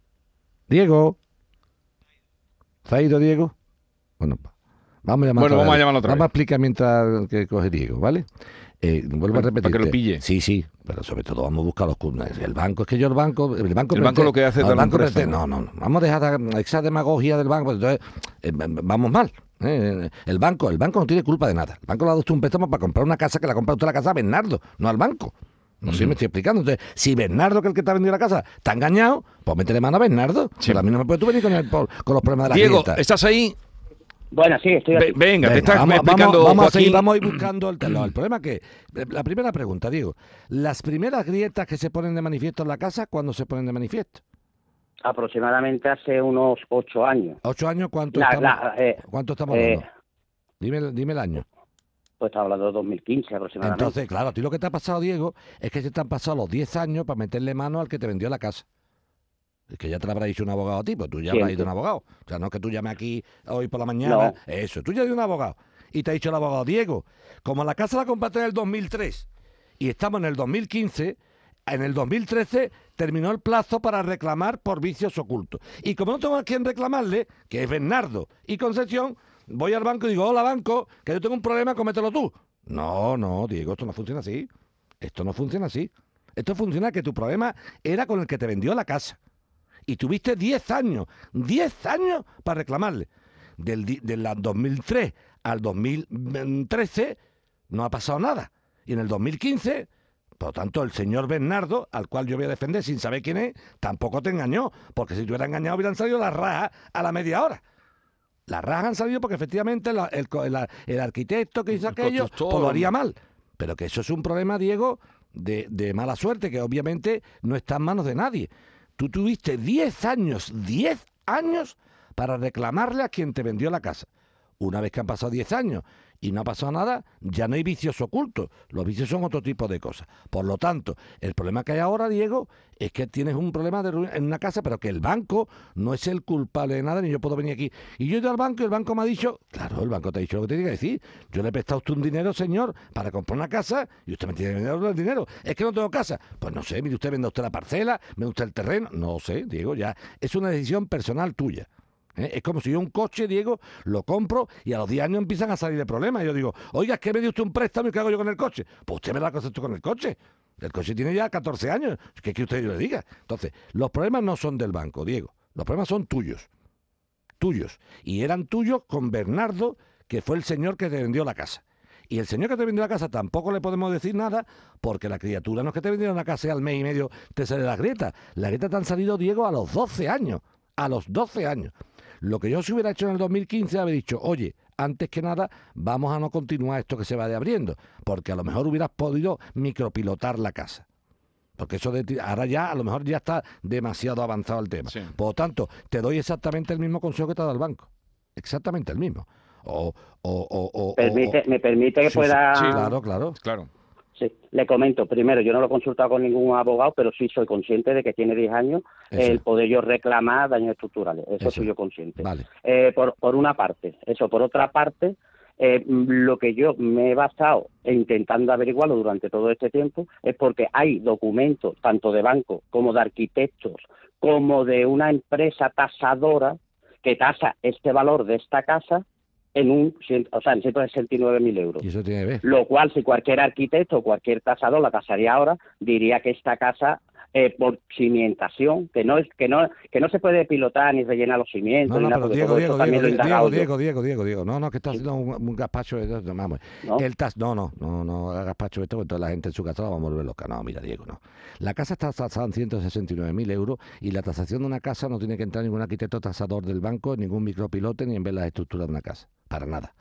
¿Se ha ido Diego? Bueno, vamos a llamarlo otra vez. Vamos a explicar mientras que coge Diego, ¿vale? Vuelvo a repetir. Para que lo pille. Sí, pero sobre todo vamos a buscar los... El banco, es que yo el banco lo que hace es dar un préstamo. No, vamos a dejar esa demagogia del banco, entonces vamos mal. El banco no tiene culpa de nada. El banco le ha dado un préstamo para comprar una casa que la compra usted la casa a Bernardo, no al banco. No sé si me estoy explicando. Entonces, si Bernardo, que es el que te ha vendido la casa, está engañado, pues métele mano a Bernardo. Sí. Pero a mí no me puedes tú venir con los problemas de la Diego, grieta. ¿estás ahí? Bueno, sí, estoy aquí. Venga, te estás explicando, vamos a ir buscando el problema que... La primera pregunta, Diego. ¿Las primeras grietas que se ponen de manifiesto en la casa, cuándo se ponen de manifiesto? Aproximadamente hace unos 8 años. ¿8 años? ¿Cuánto estamos hablando? Dime el año. Pues estaba hablando de 2015 aproximadamente. Entonces, claro, a ti lo que te ha pasado, Diego, es que se te han pasado los 10 años para meterle mano al que te vendió la casa. Es que ya te lo habrá dicho un abogado a ti, pues tú ya habrás ido a un abogado. O sea, no es que tú llames aquí hoy por la mañana. No. Eso, tú ya has ido a un abogado. Y te ha dicho el abogado, Diego, como la casa la compraste en el 2003 y estamos en el 2015, en el 2013 terminó el plazo para reclamar por vicios ocultos. Y como no tengo a quien reclamarle, que es Bernardo y Concepción, voy al banco y digo, hola banco, que yo tengo un problema, comételo tú. No, Diego, esto no funciona así. Esto no funciona así. Esto funciona que tu problema era con el que te vendió la casa. Y tuviste 10 años para reclamarle. Del 2003 al 2013 no ha pasado nada. Y en el 2015, por lo tanto, el señor Bernardo, al cual yo voy a defender sin saber quién es, tampoco te engañó. Porque si te hubiera engañado, hubieran salido las rajas a la media hora. Las rajas han salido porque efectivamente el arquitecto que hizo aquello pues lo haría mal. Pero que eso es un problema, Diego, de mala suerte, que obviamente no está en manos de nadie. Tú tuviste 10 años para reclamarle a quien te vendió la casa. Una vez que han pasado 10 años y no ha pasado nada, ya no hay vicios ocultos. Los vicios son otro tipo de cosas. Por lo tanto, el problema que hay ahora, Diego, es que tienes un problema en una casa, pero que el banco no es el culpable de nada, ni yo puedo venir aquí. Y yo he ido al banco y el banco me ha dicho, claro, el banco te ha dicho lo que te tiene que decir. Yo le he prestado a usted un dinero, señor, para comprar una casa y usted me tiene que vender el dinero. Es que no tengo casa. Pues no sé, mire usted, vende usted la parcela, vende usted el terreno. No sé, Diego, ya es una decisión personal tuya. Es como si yo un coche, Diego, lo compro y a los 10 años empiezan a salir de problemas. Yo digo, oiga, es que me dio usted un préstamo y ¿qué hago yo con el coche? Pues usted me da cosa con el coche. El coche tiene ya 14 años. ¿Qué es que usted yo le diga? Entonces, los problemas no son del banco, Diego. Los problemas son tuyos. Tuyos. Y eran tuyos con Bernardo, que fue el señor que te vendió la casa. Y el señor que te vendió la casa tampoco le podemos decir nada, porque la criatura no es que te vendieron la casa y al mes y medio te sale la grieta. La grieta te han salido, Diego, a los 12 años. A los 12 años. Lo que yo se hubiera hecho en el 2015 haber dicho, oye, antes que nada, vamos a no continuar esto que se va abriendo, porque a lo mejor hubieras podido micropilotar la casa. Porque eso ahora ya, a lo mejor ya está demasiado avanzado el tema. Sí. Por lo tanto, te doy exactamente el mismo consejo que te ha dado el banco. Exactamente el mismo. ¿Me permite que pueda...? Sí, claro. Sí, le comento, primero, yo no lo he consultado con ningún abogado, pero sí soy consciente de que tiene 10 años el poder yo reclamar daños estructurales, eso soy yo consciente. Vale. Por una parte, eso, por otra parte, lo que yo me he basado intentando averiguarlo durante todo este tiempo es porque hay documentos, tanto de banco como de arquitectos, como de una empresa tasadora que tasa este valor de esta casa en 169.000 euros. ¿Y eso tiene que ver? Lo cual, si cualquier arquitecto o cualquier tasador la tasaría ahora, diría que esta casa, por cimientación, que no se puede pilotar ni rellenar los cimientos. No, ni nada, pero Diego, no, que está sí. haciendo un gazpacho. Vamos. No, haga gazpacho esto, porque toda la gente en su casa la va a volver loca. No, mira, Diego, no. La casa está tasada en 169.000 euros y la tasación de una casa no tiene que entrar ningún arquitecto tasador del banco, ningún micropilote, ni en ver las estructuras de una casa. Para nada.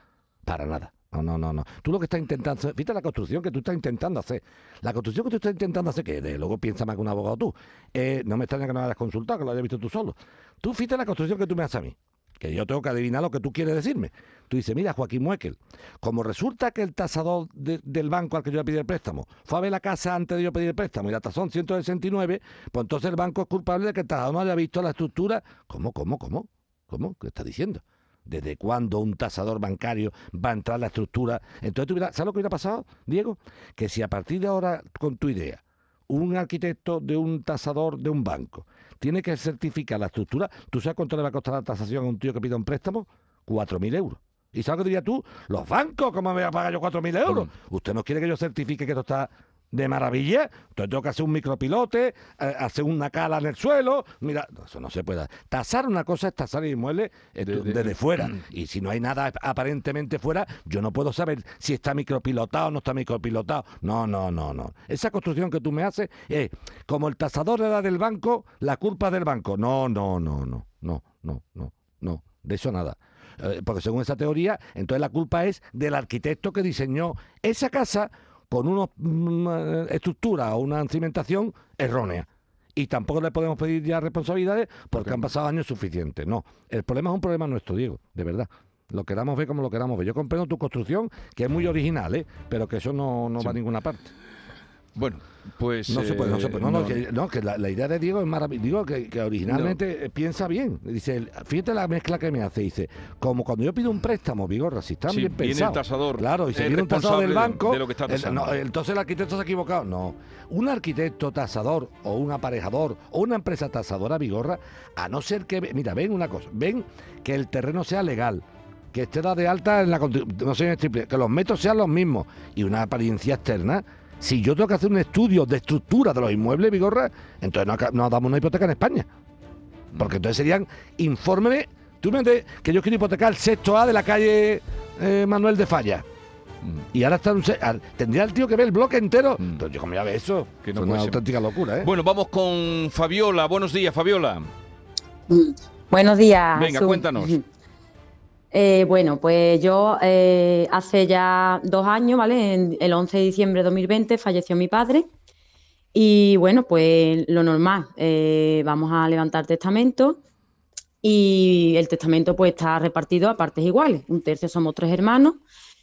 No. Tú lo que estás intentando hacer, fíjate la construcción que tú estás intentando hacer. La construcción que tú estás intentando hacer, que de luego piensa más que un abogado tú. No me extraña que no lo hayas consultado, que lo hayas visto tú solo. Tú fíjate la construcción que tú me haces a mí, que yo tengo que adivinar lo que tú quieres decirme. Tú dices, mira, Joaquín Muekel, como resulta que el tasador del banco al que yo le pedí el préstamo fue a ver la casa antes de yo pedir el préstamo y la tasó en 169, pues entonces el banco es culpable de que el tasador no haya visto la estructura. ¿Cómo? ¿Qué estás diciendo? ¿Desde cuándo un tasador bancario va a entrar en la estructura? Entonces, ¿sabes lo que hubiera pasado, Diego? Que si a partir de ahora, con tu idea, un arquitecto de un tasador de un banco tiene que certificar la estructura, ¿tú sabes cuánto le va a costar la tasación a un tío que pida un préstamo? 4.000 euros. ¿Y sabes lo que dirías tú? Los bancos, ¿cómo me voy a pagar yo 4.000 euros? ¿Usted no quiere que yo certifique que esto está de maravilla? Entonces tengo que hacer un micropilote, hacer una cala en el suelo. Mira, eso no se puede. Tasar una cosa es tasar el inmueble desde fuera. Y si no hay nada aparentemente fuera, yo no puedo saber si está micropilotado o no está micropilotado. No. Esa construcción que tú me haces es como el tasador le da del banco, la culpa es del banco. No. De eso nada. Porque según esa teoría, entonces la culpa es del arquitecto que diseñó esa casa con una estructura o una cimentación errónea. Y tampoco le podemos pedir ya responsabilidades porque han pasado años suficientes. No, el problema es un problema nuestro, Diego, de verdad. Lo queramos ver como lo queramos ver. Yo comprendo tu construcción, que es muy original, pero que eso no va a ninguna parte. Bueno, pues... No se puede. Que la idea de Diego es maravillosa. Digo que originalmente piensa bien. Dice, fíjate la mezcla que me hace. Dice, como cuando yo pido un préstamo, Vigorra, si está bien pensado. Viene el tasador. Claro, y si viene un tasador del banco, de lo que está tasando. Entonces el arquitecto se ha equivocado. No. Un arquitecto tasador o un aparejador o una empresa tasadora, Vigorra, a no ser que... Mira, ven una cosa. Ven que el terreno sea legal. que esté dada de alta en la continuación triple, que los metros sean los mismos y una apariencia externa. Si yo tengo que hacer un estudio de estructura de los inmuebles, Vigorra, entonces no damos una hipoteca en España. Porque entonces serían informes. Tú me entiendes que yo quiero hipotecar el sexto A de la calle Manuel de Falla. Y ahora tendría el tío que ver el bloque entero. Entonces yo como ya ve eso, que no es una auténtica locura, ¿eh? Bueno, vamos con Fabiola. Buenos días, Fabiola. Buenos días. Venga, cuéntanos. Bueno, pues yo hace ya 2 años, ¿vale? El 11 de diciembre de 2020 falleció mi padre y bueno, pues lo normal, vamos a levantar testamento y el testamento pues está repartido a partes iguales, 1/3 somos 3 hermanos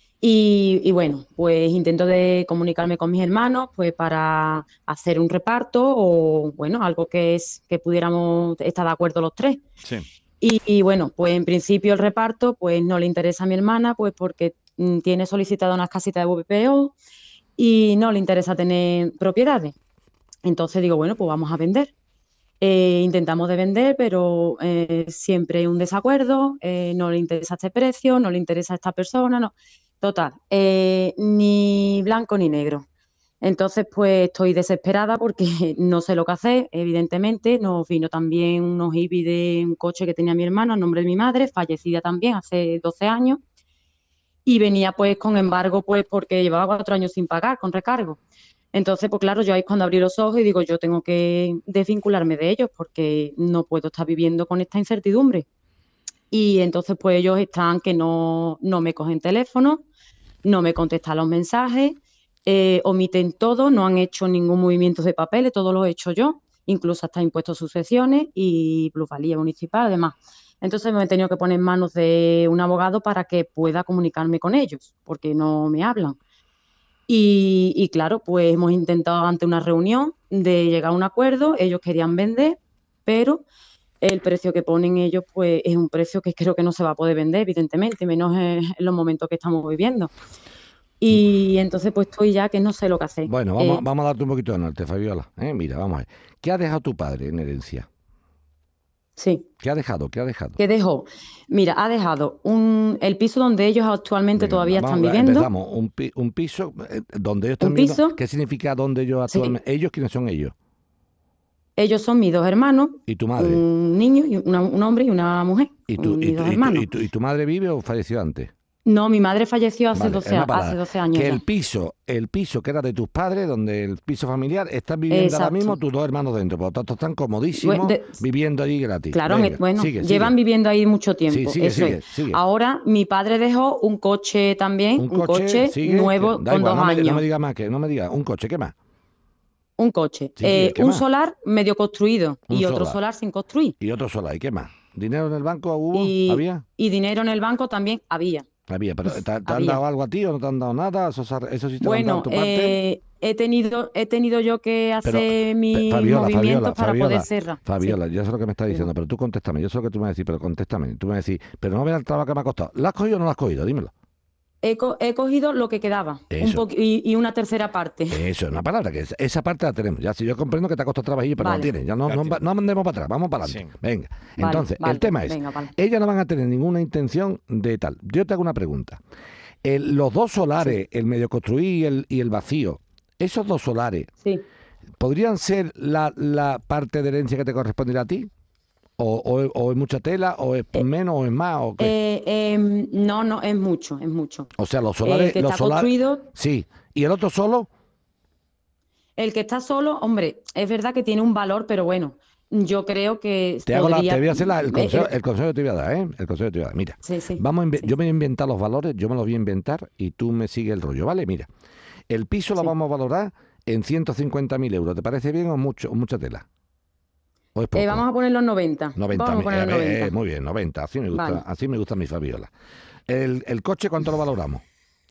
y bueno, pues intento de comunicarme con mis hermanos pues para hacer un reparto o bueno, algo que pudiéramos estar de acuerdo los 3. Sí. Y bueno, pues en principio el reparto pues no le interesa a mi hermana pues porque tiene solicitada unas casitas de VPO y no le interesa tener propiedades. Entonces digo, bueno, pues vamos a vender. Intentamos de vender, pero siempre hay un desacuerdo, no le interesa este precio, no le interesa esta persona, no. Total, ni blanco ni negro. Entonces, pues estoy desesperada porque no sé lo que hacer, evidentemente. Nos vino también unos IBI de un coche que tenía mi hermano a nombre de mi madre, fallecida también hace 12 años. Y venía pues con embargo, pues porque llevaba 4 años sin pagar, con recargo. Entonces, pues claro, yo ahí es cuando abrí los ojos y digo, yo tengo que desvincularme de ellos porque no puedo estar viviendo con esta incertidumbre. Y entonces, pues ellos están que no me cogen teléfono, no me contestan los mensajes. Omiten todo, no han hecho ningún movimiento de papeles, todo lo he hecho yo, incluso hasta impuestos sucesiones y plusvalía municipal, además. Entonces me he tenido que poner en manos de un abogado para que pueda comunicarme con ellos, porque no me hablan. Y claro, pues hemos intentado ante una reunión de llegar a un acuerdo, ellos querían vender, pero el precio que ponen ellos pues es un precio que creo que no se va a poder vender, evidentemente, menos en los momentos que estamos viviendo. Y entonces pues estoy ya que no sé lo que hacer. Bueno, vamos a darte un poquito de norte, Fabiola. Mira, vamos a ver. ¿Qué ha dejado tu padre en herencia? Sí. ¿Qué ha dejado? ¿Qué dejó? Mira, ha dejado el piso donde ellos actualmente todavía están viviendo. Empezamos, un piso donde ellos están viviendo. ¿Qué significa donde ellos actualmente? Sí. ¿Ellos quiénes son ellos? Ellos son mis 2 hermanos. ¿Y tu madre? Un niño, un hombre y una mujer. ¿Y tu madre vive o falleció antes? No, mi madre falleció hace 12 años. Que ya. el piso que era de tus padres, donde el piso familiar, están viviendo ahora mismo tus 2 hermanos dentro. Por lo tanto, están comodísimos viviendo allí gratis. Claro, Venga, llevan viviendo ahí mucho tiempo. Sí, sigue. Ahora, mi padre dejó un coche también, un coche nuevo con 2 años. No me diga más, no me diga. ¿Un coche? ¿Qué más? Un coche. Un solar medio construido y otro solar sin construir. Y otro solar. ¿Y qué más? ¿Dinero en el banco había? Y dinero en el banco también había. Pero ¿te han dado algo a ti o no te han dado nada? ¿Eso sí te lo han dado a tu parte? He tenido yo que hacer mis movimientos para poder cerrar. Fabiola, yo sé lo que me estás diciendo, pero tú contéstame. Yo sé lo que tú me vas a decir, pero contéstame. Tú me vas a decir, pero no veas el trabajo que me ha costado. ¿La has cogido o no la has cogido? Dímelo. He cogido lo que quedaba y una tercera parte. Eso es una palabra, que esa parte la tenemos. Ya si yo comprendo que te ha costado trabajillo, pero la tienes. Ya no andemos para atrás, vamos para adelante. Sí. Venga. Entonces, el tema es, ellas no van a tener ninguna intención de tal. Yo te hago una pregunta. Los 2 solares, el medio construir y el vacío, esos 2 solares, ¿podrían ser la parte de herencia que te corresponderá a ti? ¿O es mucha tela, o es menos, o es más, o qué? No, es mucho. O sea, los solares... que está construido... Sí. ¿Y el otro solo? El que está solo, hombre, es verdad que tiene un valor, pero bueno, yo creo que te voy a hacer el consejo que te voy a dar, ¿eh? El consejo que te voy a dar. Mira, yo me voy a inventar los valores, yo me los voy a inventar y tú me sigues el rollo, ¿vale? Mira, el piso lo vamos a valorar en 150.000 euros. ¿Te parece bien o mucha tela? Vamos a poner los 90. 90. Muy bien, 90. Así me gusta, así me gusta mi Fabiola. ¿El coche cuánto lo valoramos?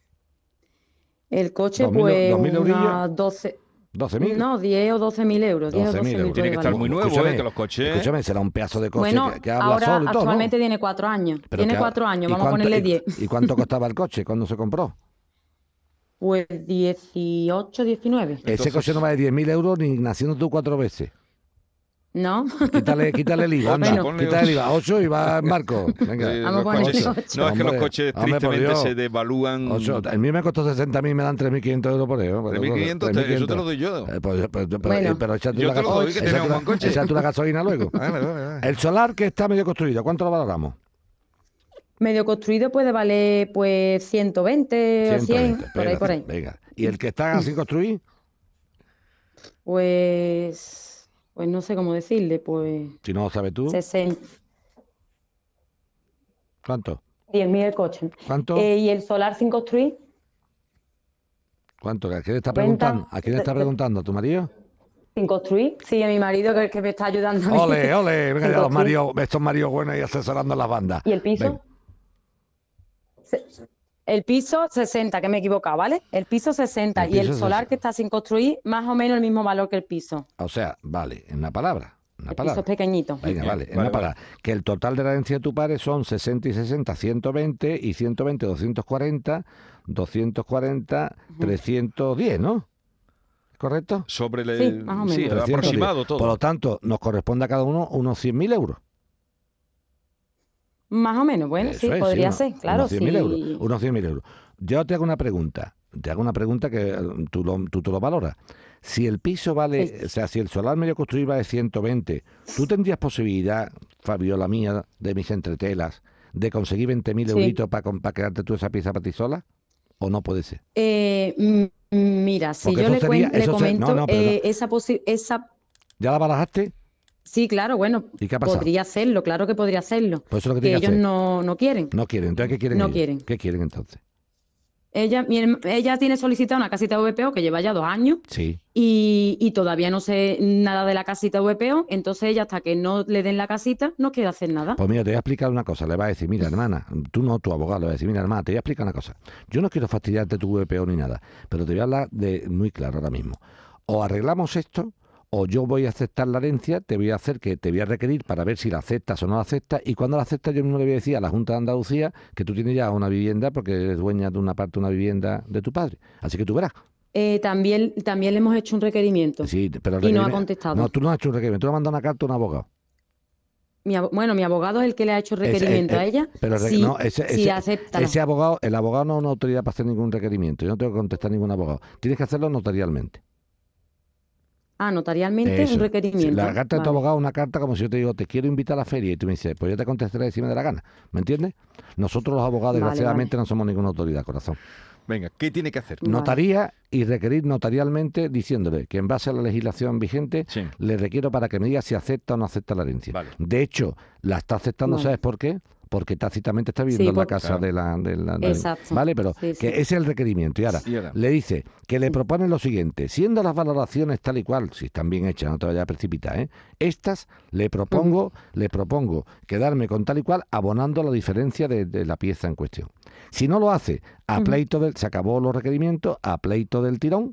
El coche, 2000 unas 12. ¿12.000? No, 10 o 12.000 euros. 12.000 euros. Tiene que estar muy nuevo, que los coches... Escúchame, será un pedazo de coche que habla ahora, solo y todo, actualmente ¿no? tiene 4 años. Tiene 4 años, vamos a ponerle 10. ¿Y cuánto costaba el coche cuando se compró? Pues 18, 19. Ese coche no vale 10.000 euros ni naciendo tú 4 veces. ¿No? Quítale el IVA, anda, Bueno. quítale el IVA, 8 y va en barco. Venga. Los Vamos a poner coches- 8. No, es que los Hombre, coches hombre, por tristemente Dios. se devalúan. 8. A mí me costó 60.000, me dan 3.500 euros por ello. 3.500, eso te lo doy yo. Bueno. Pero échate Yo la te lo doy, que tenemos un buen coche. Échate una gasolina luego. El solar que está medio construido, ¿cuánto lo valoramos? Medio construido puede valer pues 120 o 100, por ahí. Venga. ¿Y el que está sin construir? Pues no sé cómo decirle, pues Si no lo sabes tú, 60, ¿cuánto? 10.000 el coche. ¿Cuánto? ¿Y el solar sin construir? ¿Cuánto? ¿A quién está 90. preguntando? ¿A quién está preguntando? ¿A tu marido? ¿Sin construir? Sí, a mi marido que me está ayudando a mí. Ole, ole, venga Sin ya los construir. maridos, estos maridos buenos y asesorando las bandas. ¿Y el piso? Venga. El piso 60, que me he equivocado, ¿vale? El piso 60 El y el piso solar 60. que está sin construir, más o menos el mismo valor que el piso. O sea, vale, en una palabra. Una El piso palabra. es pequeñito. Venga, Bien, vale, en vale, una palabra. Que el total de la herencia de tu padre son 60 y 60, 120, y 120, 240, 240, 310, ¿no? ¿Correcto? Sobre el, Sí, más o menos. sí, el 310. aproximado todo. Por lo tanto, nos corresponde a cada uno unos 100.000 euros. Más o menos, bueno, Eso sí, es, podría unos- ser, claro, unos sí. 100.000 euros. Unos 100.000 euros. Yo te hago una pregunta. Te hago una pregunta que tú te lo valoras. Si el piso vale, Sí. o sea, si el solar medio construido vale 120, ¿tú tendrías posibilidad, Fabiola mía, de mis entretelas, de conseguir 20.000 Sí. euritos para quedarte tú esa pieza para ti sola? ¿O no puede ser? Mira, si Porque yo eso le, sería- le eso se- comento, no, pero esa... ¿Ya la barajaste? Sí, claro, bueno, ¿Y qué ha pasado? podría hacerlo, claro que podría hacerlo. Pues eso es lo que Que tiene que ellos hacer. no quieren. No quieren. Entonces, ¿qué quieren No ellos? quieren. ¿Qué quieren entonces? Ella tiene solicitada una casita VPO que lleva ya 2 años Sí. y todavía no sé nada de la casita VPO, entonces ella hasta que no le den la casita no quiere hacer nada. Pues mira, te voy a explicar una cosa. Le va a decir, mira, hermana, tú no, tu abogado, le va a decir, mira, hermana, te voy a explicar una cosa. Yo no quiero fastidiarte tu VPO ni nada, pero te voy a hablar de muy claro ahora mismo. O arreglamos esto, o yo voy a aceptar la herencia, te voy a requerir para ver si la aceptas o no la aceptas, y cuando la aceptas yo mismo le voy a decir a la Junta de Andalucía que tú tienes ya una vivienda porque eres dueña de una parte de una vivienda de tu padre. Así que tú verás. También le hemos hecho un requerimiento Sí, pero el y no ha requerimiento- contestado. No, tú no has hecho un requerimiento, tú le has mandado una carta a un abogado. Bueno, mi abogado es el que le ha hecho el requerimiento a ella. Pero si, no, si acepta. ese abogado, el abogado no es una autoridad para hacer ningún requerimiento. Yo no tengo que contestar a ningún abogado. Tienes que hacerlo notarialmente. Notarialmente Eso. un Sí, requerimiento. la carta de tu Vale. abogado es una carta como si yo te digo, te quiero invitar a la feria y tú me dices, pues yo te contestaré si me da la gana. ¿Me entiendes? Nosotros los abogados, Vale, desgraciadamente, no somos ninguna autoridad, corazón. Venga, ¿qué tiene que hacer? Vale. Notaría y requerir notarialmente diciéndole que en base a la legislación vigente Sí. le requiero para que me diga si acepta o no acepta la herencia. Vale. De hecho, la está aceptando, Vale. ¿sabes por qué? Porque tácitamente está viviendo Sí, en la por- casa Claro. de la Exacto. ¿vale? Pero Sí, que sí. ese es el requerimiento. Y ahora, Y ahora. le dice que le proponen lo siguiente, siendo las valoraciones tal y cual, si están bien hechas, no te vayas a precipitar, ¿eh? Estas le propongo quedarme con tal y cual abonando la diferencia de la pieza en cuestión. Si no lo hace, a pleito se acabó los requerimientos, a pleito del tirón,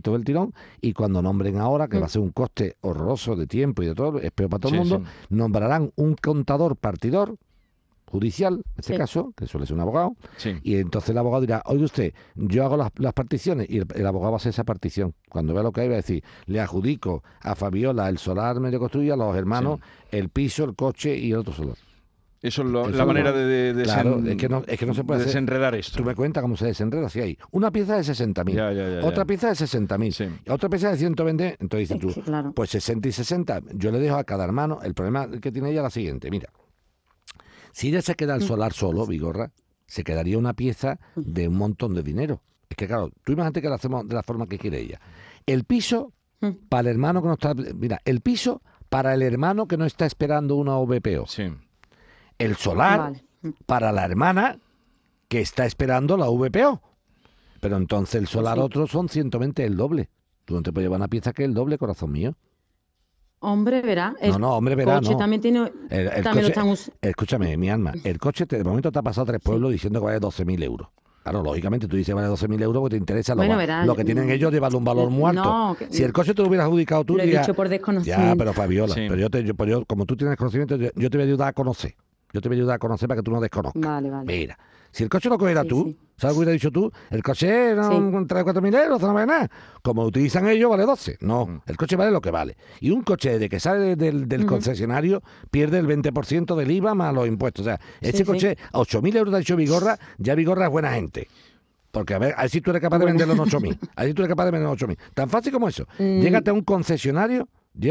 y cuando nombren ahora, que va a ser un coste horroroso de tiempo y de todo, es peor para todo el Sí, mundo, sí. nombrarán un contador partidor judicial, en este Sí. caso, que suele ser un abogado, Sí. y entonces el abogado dirá, oye usted, yo hago las particiones, y el abogado va a hacer esa partición. Cuando vea lo que hay, va a decir, le adjudico a Fabiola el solar medio construido, a los hermanos, el piso, el coche y el otro solar. Eso es Eso la manera de Claro, es que no se puede hacer. desenredar esto. Tú me cuentas cómo se desenreda, si hay una pieza de 60.000, Ya. otra pieza de 60.000, Sí. otra pieza de 120, entonces dices tú, Es que, claro. pues 60 y 60, yo le dejo a cada hermano. El problema que tiene ella es la siguiente, mira, si ella se queda el solar solo, Vigorra, se quedaría una pieza de un montón de dinero. Es que claro, tú imagínate que lo hacemos de la forma que quiere ella. El piso, para el hermano que no está, mira, el piso para el hermano que no está esperando una VPO. Sí. El solar Vale. para la hermana que está esperando la VPO. Pero entonces el solar Sí. otro son 120, el doble. Tú no te puedes llevar una pieza que es el doble, corazón mío. Hombre, verá. No, hombre, verá, coche no. también tiene. El también lo coche, están escúchame, mi alma, el coche de momento te ha pasado 3 pueblos diciendo que vale 12.000 euros. Claro, lógicamente tú dices vale 12.000 euros porque te interesa Bueno, verá, lo que tienen ellos llevarle un valor muerto. no, Si el coche te lo hubieras adjudicado tú, Lo he dirías, dicho por desconocimiento. ya, pero Fabiola, Sí. pero yo, como tú tienes conocimiento, yo te voy a ayudar a conocer. Yo te voy a ayudar a conocer para que tú no desconozcas. Vale. Mira, Si el coche lo cogiera tú, sí. ¿sabes lo que hubiera dicho tú? El coche no, con 3 o 4 mil euros, no vale nada. Como lo utilizan ellos, vale 12. No, el coche vale lo que vale. Y un coche de que sale del concesionario pierde el 20% del IVA más los impuestos. O sea, ese coche, 8.000 euros, ha dicho Vigorra, ya Vigorra es buena gente. Porque a ver si tú eres capaz de venderlo en 8.000. A ver si tú eres capaz de venderlo en 8.000. Tan fácil como eso. Llégate a un concesionario.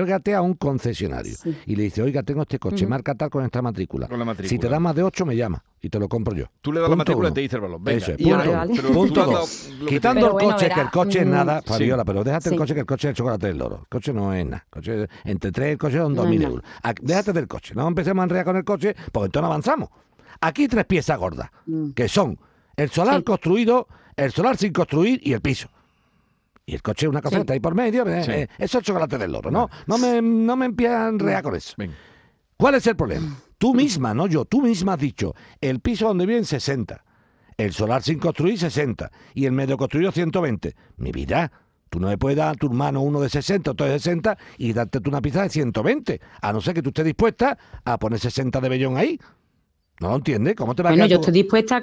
Y le dice, oiga, tengo este coche, marca tal con esta matrícula. Con la matrícula. Si te da más de 8, me llama y te lo compro yo. Tú le das la matrícula y te dice el valor. Venga, eso es, y punto. ahora- pero Punto tú has dos. dado lo que Quitando te- el coche, verá, que el coche es nada, sí. Fabiola, pero déjate el coche, que el coche es el chocolate del loro. El coche no es nada. El coche, entre 3 el coche son 2.000 euros. Déjate del coche. No empecemos a enredar con el coche, porque entonces no avanzamos. Aquí 3 piezas gordas, que son el solar construido, el solar sin construir y el piso. Y el coche es una cosa que está ahí por medio, eso es el chocolate del loro, ¿no? No me empieces a enredar con eso. Venga. ¿Cuál es el problema? Tú misma, no yo, tú misma has dicho, el piso donde viven 60, el solar sin construir 60 y el medio construido 120. Mi vida, tú no le puedes dar a tu hermano uno de 60, otro de 60 y darte tú una pieza de 120, a no ser que tú estés dispuesta a poner 60 de vellón ahí. ¿No lo entiendes? ¿Cómo te va a Bueno, quedar yo tú?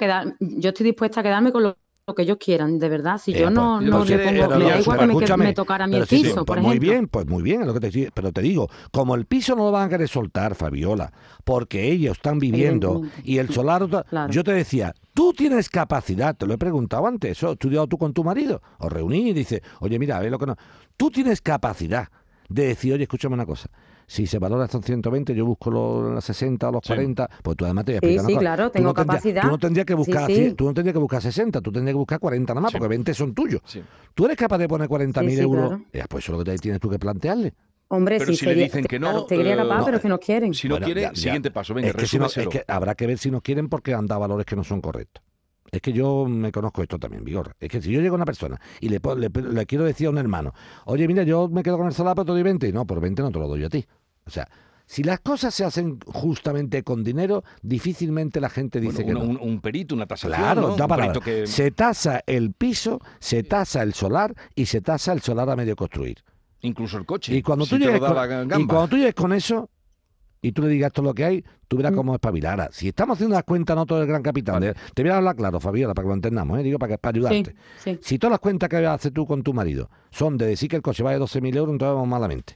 estoy dispuesta a quedarme con lo que ellos quieran, de verdad. Si yo no, pues, no le pero pongo, no, me da igual que escúchame, me tocara a mí pero el sí, piso, pues por muy ejemplo. bien, es lo que te digo. Pero te digo, como el piso no lo van a querer soltar, Fabiola, porque ellos están viviendo Evidentemente. y el solar... Claro. Yo te decía, tú tienes capacidad, te lo he preguntado antes, eso, estudiado tú con tu marido, os reunís y dices, oye, mira, a ver lo que no... Tú tienes capacidad de decir, oye, escúchame una cosa, si se valora estos 120, yo busco los 60 o los 40, pues tú además te voy a explicar una cosa. claro, tengo capacidad. Tú no tendrías que buscar, Sí. tú no tendrías que buscar 60, tú tendrías que buscar 40 nada más, porque 20 son tuyos. Sí. Tú eres capaz de poner 40.000 Sí, euros, claro. pues eso es lo que tienes tú que plantearle. Hombre, Pero sí, si le dicen que no, claro, sería capaz, no, pero es que no quieren. Si no Bueno, quiere, ya. siguiente paso. Venga, Es que, si no, es resúmeselo. que habrá que ver si nos quieren porque han dado valores que no son correctos. Es que yo me conozco esto también, Vigorra. Es que si yo llego a una persona y le quiero decir a un hermano, oye, mira, yo me quedo con el solar, pero te doy 20. No, por 20 no te lo doy yo a ti. O sea, si las cosas se hacen justamente con dinero, difícilmente la gente dice Bueno, que no. un perito, una tasación, Claro, ¿no? da Un palabra. perito que... Se tasa el piso, se tasa el solar y se tasa el solar a medio construir. Incluso el coche. Y cuando, si tú te lo llegues da con, la y gamba. cuando tú llegues con eso y tú le digas todo lo que hay, tú verás cómo espabilar. Ahora, si estamos haciendo las cuentas no todo el gran capital, Vale. te voy a hablar claro, Fabiola, para que lo entendamos, digo para ayudarte. Sí. Si todas las cuentas que haces tú con tu marido son de decir que el coche vale 12.000 euros, entonces vamos malamente.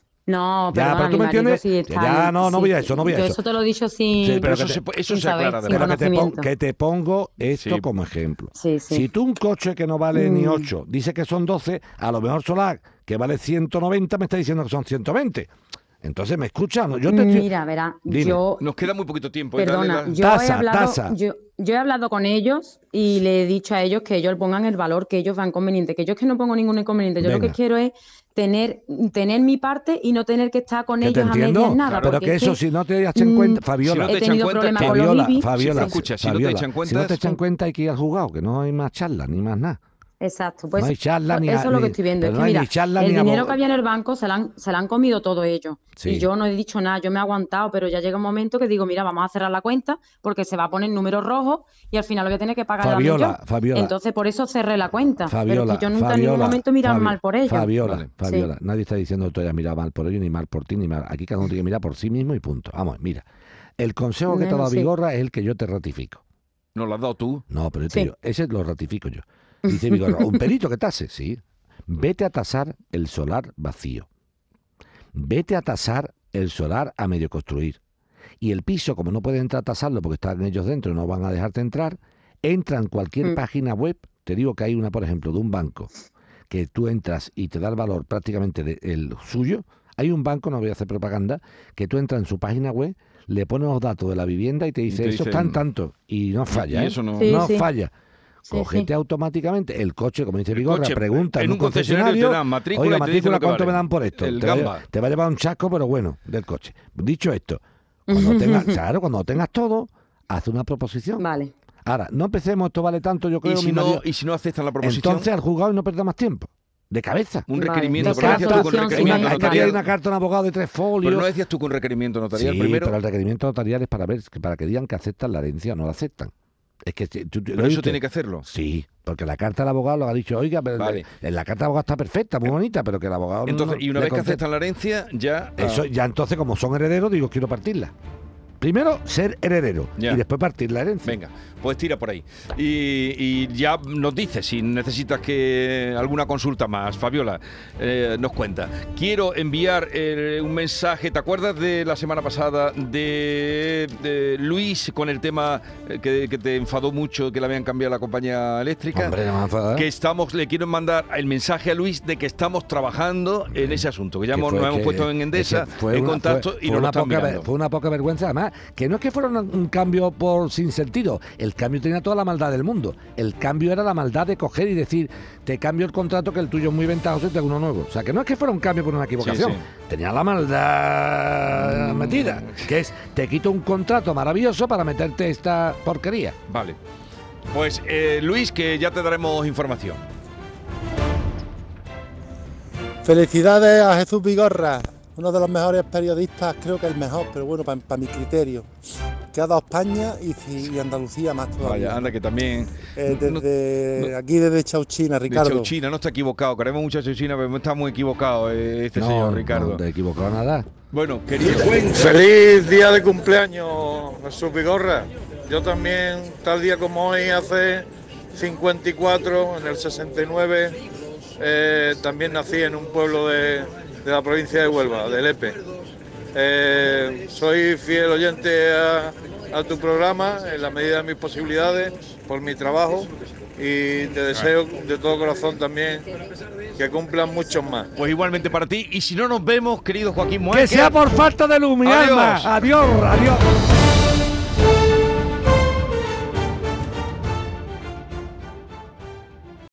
No, Ya, perdona, pero tú mi me marido entiendes. sí está Ya, en- no sí, voy a eso, no voy a yo eso. eso te lo he dicho sin, Sí, pero eso que se, eso sin se saber, aclara de sin Pero verdad. conocimiento. que te pongo esto Sí. como ejemplo. Sí, sí. Si tú un coche que no vale ni 8 dice que son 12, a lo mejor solar que vale 190 me está diciendo que son 120. Entonces me escucha, ¿no? Yo te estoy- Mira, verá, Dime. yo Nos queda muy poquito tiempo. Perdona, Dale la- yo he Tasa, hablado, tasa. yo he hablado con ellos y le he dicho a ellos que ellos pongan el valor que ellos vean conveniente, que yo es que no pongo ningún inconveniente, yo lo Venga. que quiero es tener mi parte y no tener que estar con que te ellos a entiendo, medias nada. pero porque que es eso si no te echan cuenta, Fabiola, Si no te he echan tenido cuenta, problemas que- con los Fabiola, IBI. Fabiola, Sí, escucha, si no te Fabiola, echan si no cuentas- te echan cuenta hay que ir al juzgado, que no hay más charla ni más nada. Exacto, pues No hay charla ni eso es lo ni- que estoy viendo. pero Es no que hay mira, ni charla el ni dinero abogado. que había en el banco se la han comido todo ellos. Sí. Y yo no he dicho nada, yo me he aguantado, pero ya llega un momento que digo, mira, vamos a cerrar la cuenta porque se va a poner números rojos y al final lo voy a tener que pagar Fabiola, yo. Fabiola. Entonces por eso cerré la cuenta. Fabiola, pero es que yo nunca en ningún momento he mirado mal por ellos. Fabiola, Vale. Fabiola, nadie está diciendo que tú hayas mirado mal por ellos, ni mal por ti, ni mal. Aquí cada uno tiene que mirar por sí mismo y punto. Vamos, mira. El consejo que te ha Bueno, dado sí. Vigorra es el que yo te ratifico. Nos lo has dado tú. No, pero yo te Sí. digo, ese lo ratifico yo. Dice Vigorra, un perito que tase, sí. Vete a tasar el solar vacío. Vete a tasar el solar a medio construir. Y el piso, como no pueden entrar a tasarlo porque están ellos dentro y no van a dejarte entrar, entra en cualquier página web. Te digo que hay una, por ejemplo, de un banco, que tú entras y te da el valor prácticamente del suyo. Hay un banco, no voy a hacer propaganda, que tú entras en su página web, le pones los datos de la vivienda y te dice, te eso dicen- está en tanto. Y no falla, Y ¿eh? eso no... Sí, no sí. falla. Sí, Cógete sí. automáticamente el coche, como dice El Vigorra, coche, pregunta en un concesionario te dan matrícula oiga, y te dicen matrícula, lo que ¿cuánto vale? me dan por esto? El te, va, gamba. te va a llevar un chasco, pero bueno, del coche. Dicho esto, cuando tengas todo, haz una proposición. Vale. Ahora, no empecemos, esto vale tanto, yo creo, ¿Y si, mi marido. y si no aceptan la proposición? Entonces al juzgado y no perda más tiempo. De cabeza. Un Vale, requerimiento, entonces pero la decías tú con solución requerimiento sería- Aquí hay notarial. una carta a un abogado de 3 folios. Pero no decías tú con requerimiento notarial Sí, primero. pero el requerimiento notarial es para que digan que aceptan la herencia o no la aceptan. Es que Pero eso tiene que hacerlo. Sí, porque la carta del abogado lo ha dicho, oiga, pero Vale. la carta del abogado está perfecta, muy bonita, pero que el abogado Entonces, no y una le vez que concede. aceptan la herencia, ya... Eso, ya entonces, como son herederos, digo, quiero partirla. primero ser heredero Ya. y después partir la herencia. Venga, pues tira por ahí. Y ya nos dices si necesitas que alguna consulta más. Fabiola nos cuenta. Quiero enviar un mensaje. ¿Te acuerdas de la semana pasada de Luis con el tema que te enfadó mucho, que le habían cambiado la compañía eléctrica? Hombre, no me enfada. Que le quiero mandar el mensaje a Luis de que estamos trabajando en ese asunto, que ya nos hemos puesto en Endesa en contacto y nos lo están mirando. Fue una poca vergüenza, además, que no es que fuera un cambio por sin sentido, el cambio tenía toda la maldad del mundo, el cambio era la maldad de coger y decir, te cambio el contrato que el tuyo es muy ventajoso y te hago uno nuevo. O sea, que no es que fuera un cambio por una equivocación, Sí. tenía la maldad metida, que es, te quito un contrato maravilloso para meterte esta porquería. Vale. Pues Luis, que ya te daremos información. Felicidades a Jesús Vigorra, uno de los mejores periodistas, creo que el mejor, pero bueno, para mi criterio, que ha dado España y Andalucía más todavía. Vaya, anda, que también... Aquí desde Chauchina, Ricardo. De Chauchina, no está equivocado. Queremos mucho a Chauchina, pero está muy equivocado señor Ricardo. No te he equivocado nada. Bueno, querido... Feliz día de cumpleaños, Jesús Vigorra. Yo también, tal día como hoy, hace 54, en el 69, también nací en un pueblo de la provincia de Huelva, de Lepe. Soy fiel oyente a tu programa en la medida de mis posibilidades, por mi trabajo, y te deseo de todo corazón también que cumplan muchos más. Pues igualmente para ti, y si no nos vemos, querido Joaquín Mueque, Que sea por falta de luz, mi alma. Adiós, adiós.